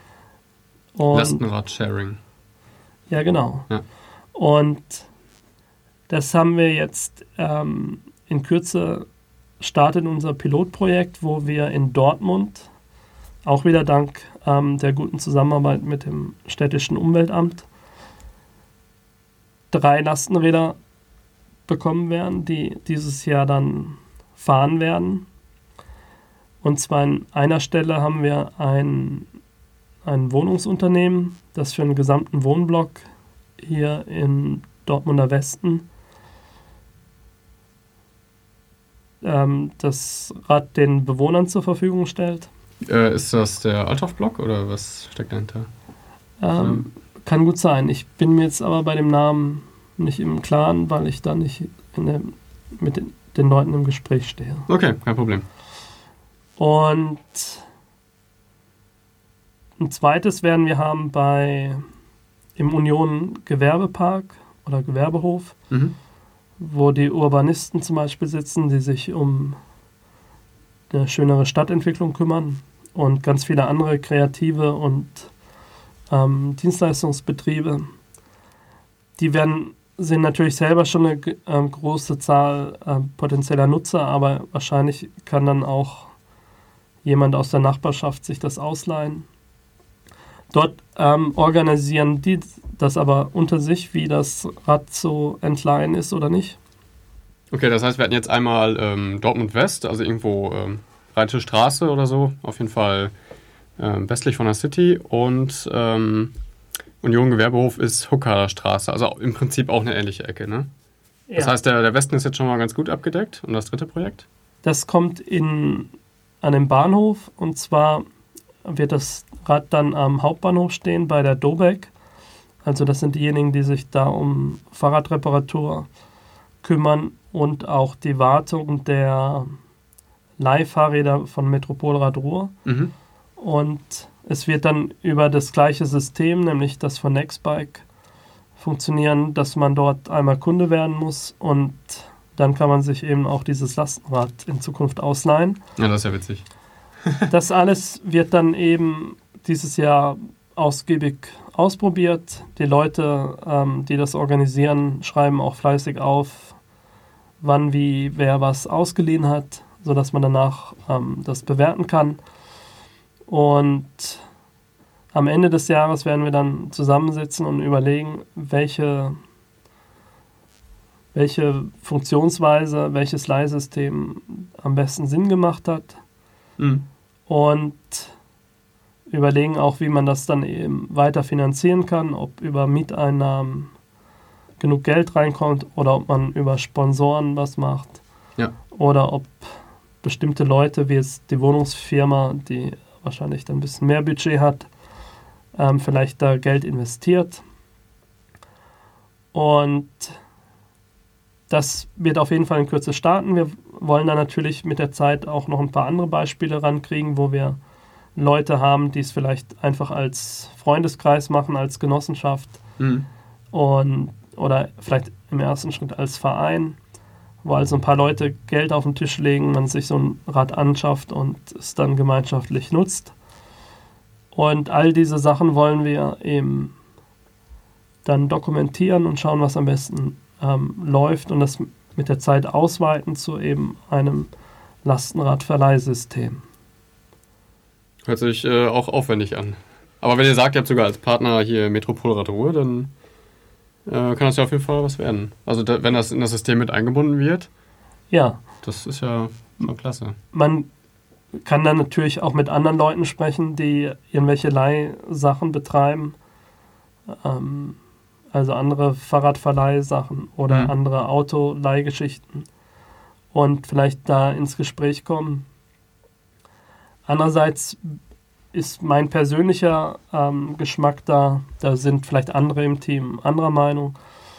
Und Lastenrad-Sharing. Ja, genau. Ja. Und das haben wir jetzt ähm, in Kürze startet unser Pilotprojekt, wo wir in Dortmund, auch wieder dank ähm, der guten Zusammenarbeit mit dem städtischen Umweltamt, drei Lastenräder bekommen werden, die dieses Jahr dann fahren werden. Und zwar an einer Stelle haben wir ein, ein Wohnungsunternehmen, das für einen gesamten Wohnblock hier im Dortmunder Westen ähm, das Rad den Bewohnern zur Verfügung stellt. Äh, ist das der Althoff-Block oder was steckt dahinter? Ähm, ähm. Kann gut sein. Ich bin mir jetzt aber bei dem Namen nicht im Klaren, weil ich da nicht in der, mit den, den Leuten im Gespräch stehe. Okay, kein Problem. Und ein zweites werden wir haben bei im Union Gewerbepark oder Gewerbehof, mhm. wo die Urbanisten zum Beispiel sitzen, die sich um eine schönere Stadtentwicklung kümmern und ganz viele andere kreative und ähm, Dienstleistungsbetriebe. Die werden, sind natürlich selber schon eine äh, große Zahl äh, potenzieller Nutzer, aber wahrscheinlich kann dann auch jemand aus der Nachbarschaft sich das ausleihen. Dort ähm, organisieren die das aber unter sich, wie das Rad zu entleihen ist oder nicht. Okay, das heißt, wir hatten jetzt einmal ähm, Dortmund West, also irgendwo ähm, Rheinische Straße oder so, auf jeden Fall äh, westlich von der City und ähm, Union Gewerbehof ist Hooker Straße, also im Prinzip auch eine ähnliche Ecke, ne? Ja. Das heißt, der, der Westen ist jetzt schon mal ganz gut abgedeckt. Und das dritte Projekt? Das kommt in, an den Bahnhof, und zwar wird das Rad dann am Hauptbahnhof stehen bei der Dobeck. Also das sind diejenigen, die sich da um Fahrradreparatur kümmern und auch die Wartung der Leihfahrräder von Metropolrad Ruhr. Mhm. Und es wird dann über das gleiche System, nämlich das von Nextbike, funktionieren, dass man dort einmal Kunde werden muss und dann kann man sich eben auch dieses Lastenrad in Zukunft ausleihen. Ja, das ist ja witzig. Das alles wird dann eben dieses Jahr ausgiebig ausprobiert. Die Leute, ähm, die das organisieren, schreiben auch fleißig auf, wann, wie, wer was ausgeliehen hat, sodass man danach ähm, das bewerten kann. Und am Ende des Jahres werden wir dann zusammensitzen und überlegen, welche, welche Funktionsweise, welches Leihsystem am besten Sinn gemacht hat. Mhm. Und überlegen auch, wie man das dann eben weiter finanzieren kann, ob über Mieteinnahmen genug Geld reinkommt oder ob man über Sponsoren was macht. Ja. Oder ob bestimmte Leute, wie jetzt die Wohnungsfirma, die wahrscheinlich dann ein bisschen mehr Budget hat, ähm, vielleicht da Geld investiert. Und das wird auf jeden Fall in Kürze starten. Wir wollen dann natürlich mit der Zeit auch noch ein paar andere Beispiele rankriegen, wo wir Leute haben, die es vielleicht einfach als Freundeskreis machen, als Genossenschaft mhm. und, oder vielleicht im ersten Schritt als Verein, wo also ein paar Leute Geld auf den Tisch legen, man sich so ein Rad anschafft und es dann gemeinschaftlich nutzt. Und all diese Sachen wollen wir eben dann dokumentieren und schauen, was am besten ähm, läuft und das mit der Zeit ausweiten zu eben einem Lastenradverleihsystem. Hört sich äh, auch aufwendig an. Aber wenn ihr sagt, ihr habt sogar als Partner hier Metropolrad Ruhr, dann äh, kann das ja auf jeden Fall was werden. Also da, wenn das in das System mit eingebunden wird, ja, das ist ja schon klasse. Man kann dann natürlich auch mit anderen Leuten sprechen, die irgendwelche Leihsachen betreiben, ähm, also andere Fahrradverleihsachen oder mhm. andere Autoleihgeschichten und vielleicht da ins Gespräch kommen. Andererseits ist mein persönlicher ähm, Geschmack da, da sind vielleicht andere im Team anderer Meinung,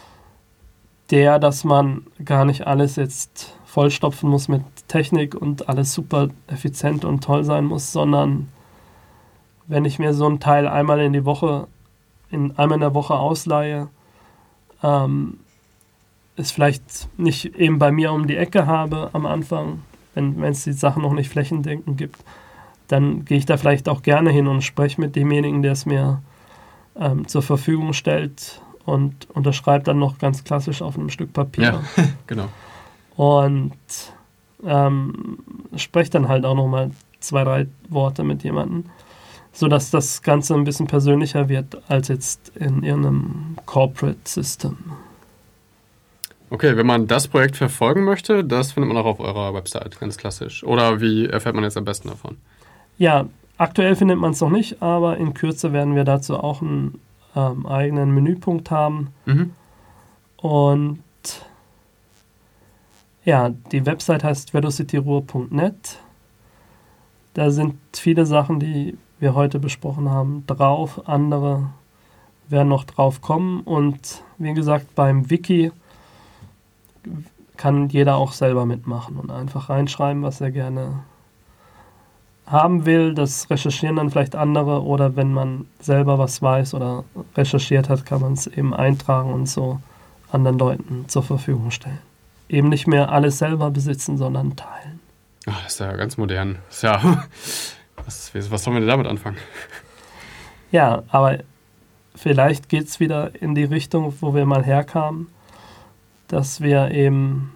der, dass man gar nicht alles jetzt vollstopfen muss mit Technik und alles super effizient und toll sein muss, sondern wenn ich mir so ein Teil einmal in die Woche, in einmal in der Woche ausleihe, ähm, es vielleicht nicht eben bei mir um die Ecke habe am Anfang, wenn es die Sachen noch nicht flächendeckend gibt, dann gehe ich da vielleicht auch gerne hin und spreche mit demjenigen, der es mir ähm, zur Verfügung stellt und unterschreibt dann noch ganz klassisch auf einem Stück Papier. Ja, genau. Und ähm, spreche dann halt auch nochmal zwei, drei Worte mit jemandem, sodass das Ganze ein bisschen persönlicher wird als jetzt in irgendeinem Corporate System. Okay, wenn man das Projekt verfolgen möchte, das findet man auch auf eurer Website, ganz klassisch. Oder wie erfährt man jetzt am besten davon? Ja, aktuell findet man es noch nicht, aber in Kürze werden wir dazu auch einen ähm, eigenen Menüpunkt haben. Mhm. Und ja, die Website heißt velocityruhr punkt net. Da sind viele Sachen, die wir heute besprochen haben, drauf. Andere werden noch drauf kommen. Und wie gesagt, beim Wiki kann jeder auch selber mitmachen und einfach reinschreiben, was er gerne haben will. Das recherchieren dann vielleicht andere oder wenn man selber was weiß oder recherchiert hat, kann man es eben eintragen und so anderen Leuten zur Verfügung stellen. Eben nicht mehr alles selber besitzen, sondern teilen. Ach, das ist ja ganz modern. Das ist ja, was, was sollen wir denn damit anfangen? Ja, aber vielleicht geht es wieder in die Richtung, wo wir mal herkamen, dass wir eben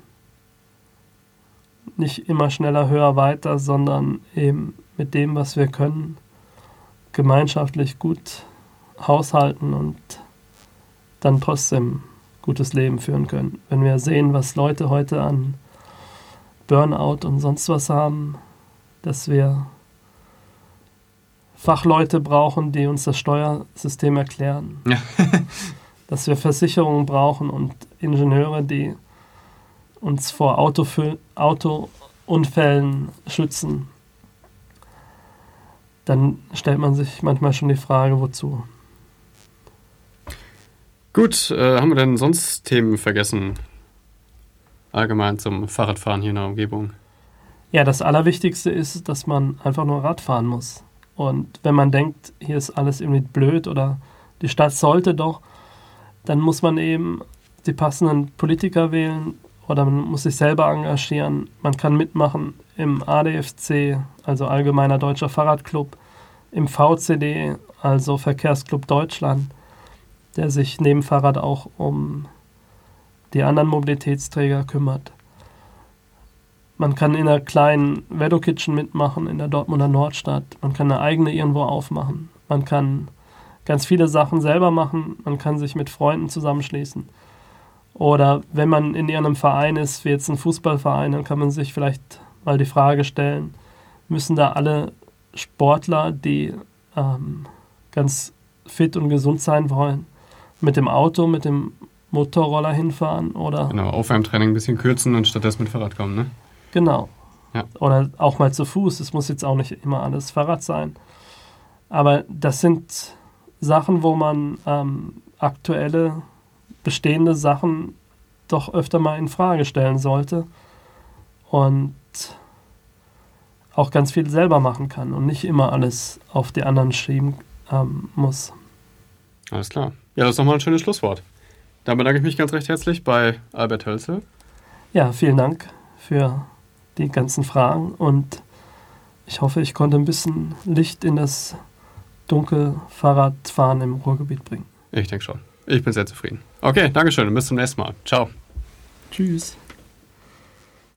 nicht immer schneller, höher, weiter, sondern eben mit dem, was wir können, gemeinschaftlich gut haushalten und dann trotzdem gutes Leben führen können. Wenn wir sehen, was Leute heute an Burnout und sonst was haben, dass wir Fachleute brauchen, die uns das Steuersystem erklären. Ja. Dass wir Versicherungen brauchen und Ingenieure, die uns vor Autofü- Autounfällen schützen. Dann stellt man sich manchmal schon die Frage, wozu. Gut, äh, haben wir denn sonst Themen vergessen? Allgemein zum Fahrradfahren hier in der Umgebung. Ja, das Allerwichtigste ist, dass man einfach nur Rad fahren muss. Und wenn man denkt, hier ist alles irgendwie blöd oder die Stadt sollte doch, dann muss man eben die passenden Politiker wählen oder man muss sich selber engagieren. Man kann mitmachen im A D F C, also Allgemeiner Deutscher Fahrradclub, im V C D, also Verkehrsclub Deutschland, der sich neben Fahrrad auch um die anderen Mobilitätsträger kümmert. Man kann in einer kleinen Vedo-Kitchen mitmachen in der Dortmunder Nordstadt. Man kann eine eigene irgendwo aufmachen. Man kann ganz viele Sachen selber machen. Man kann sich mit Freunden zusammenschließen. Oder wenn man in irgendeinem Verein ist, wie jetzt ein Fußballverein, dann kann man sich vielleicht mal die Frage stellen, müssen da alle Sportler, die ähm, ganz fit und gesund sein wollen, mit dem Auto, mit dem Motorroller hinfahren? Oder Genau, Aufwärmtraining ein bisschen kürzen und stattdessen mit Fahrrad kommen, ne? Genau. Ja. Oder auch mal zu Fuß. Es muss jetzt auch nicht immer alles Fahrrad sein. Aber das sind Sachen, wo man ähm, aktuelle, bestehende Sachen doch öfter mal in Frage stellen sollte und auch ganz viel selber machen kann und nicht immer alles auf die anderen schieben ähm, muss. Alles klar. Ja, das ist nochmal ein schönes Schlusswort. Dann bedanke ich mich ganz recht herzlich bei Albert Hölzel. Ja, vielen Dank für die ganzen Fragen und ich hoffe, ich konnte ein bisschen Licht in das dunkle Fahrradfahren im Ruhrgebiet bringen. Ich denke schon. Ich bin sehr zufrieden. Okay, Dankeschön und bis zum nächsten Mal. Ciao. Tschüss.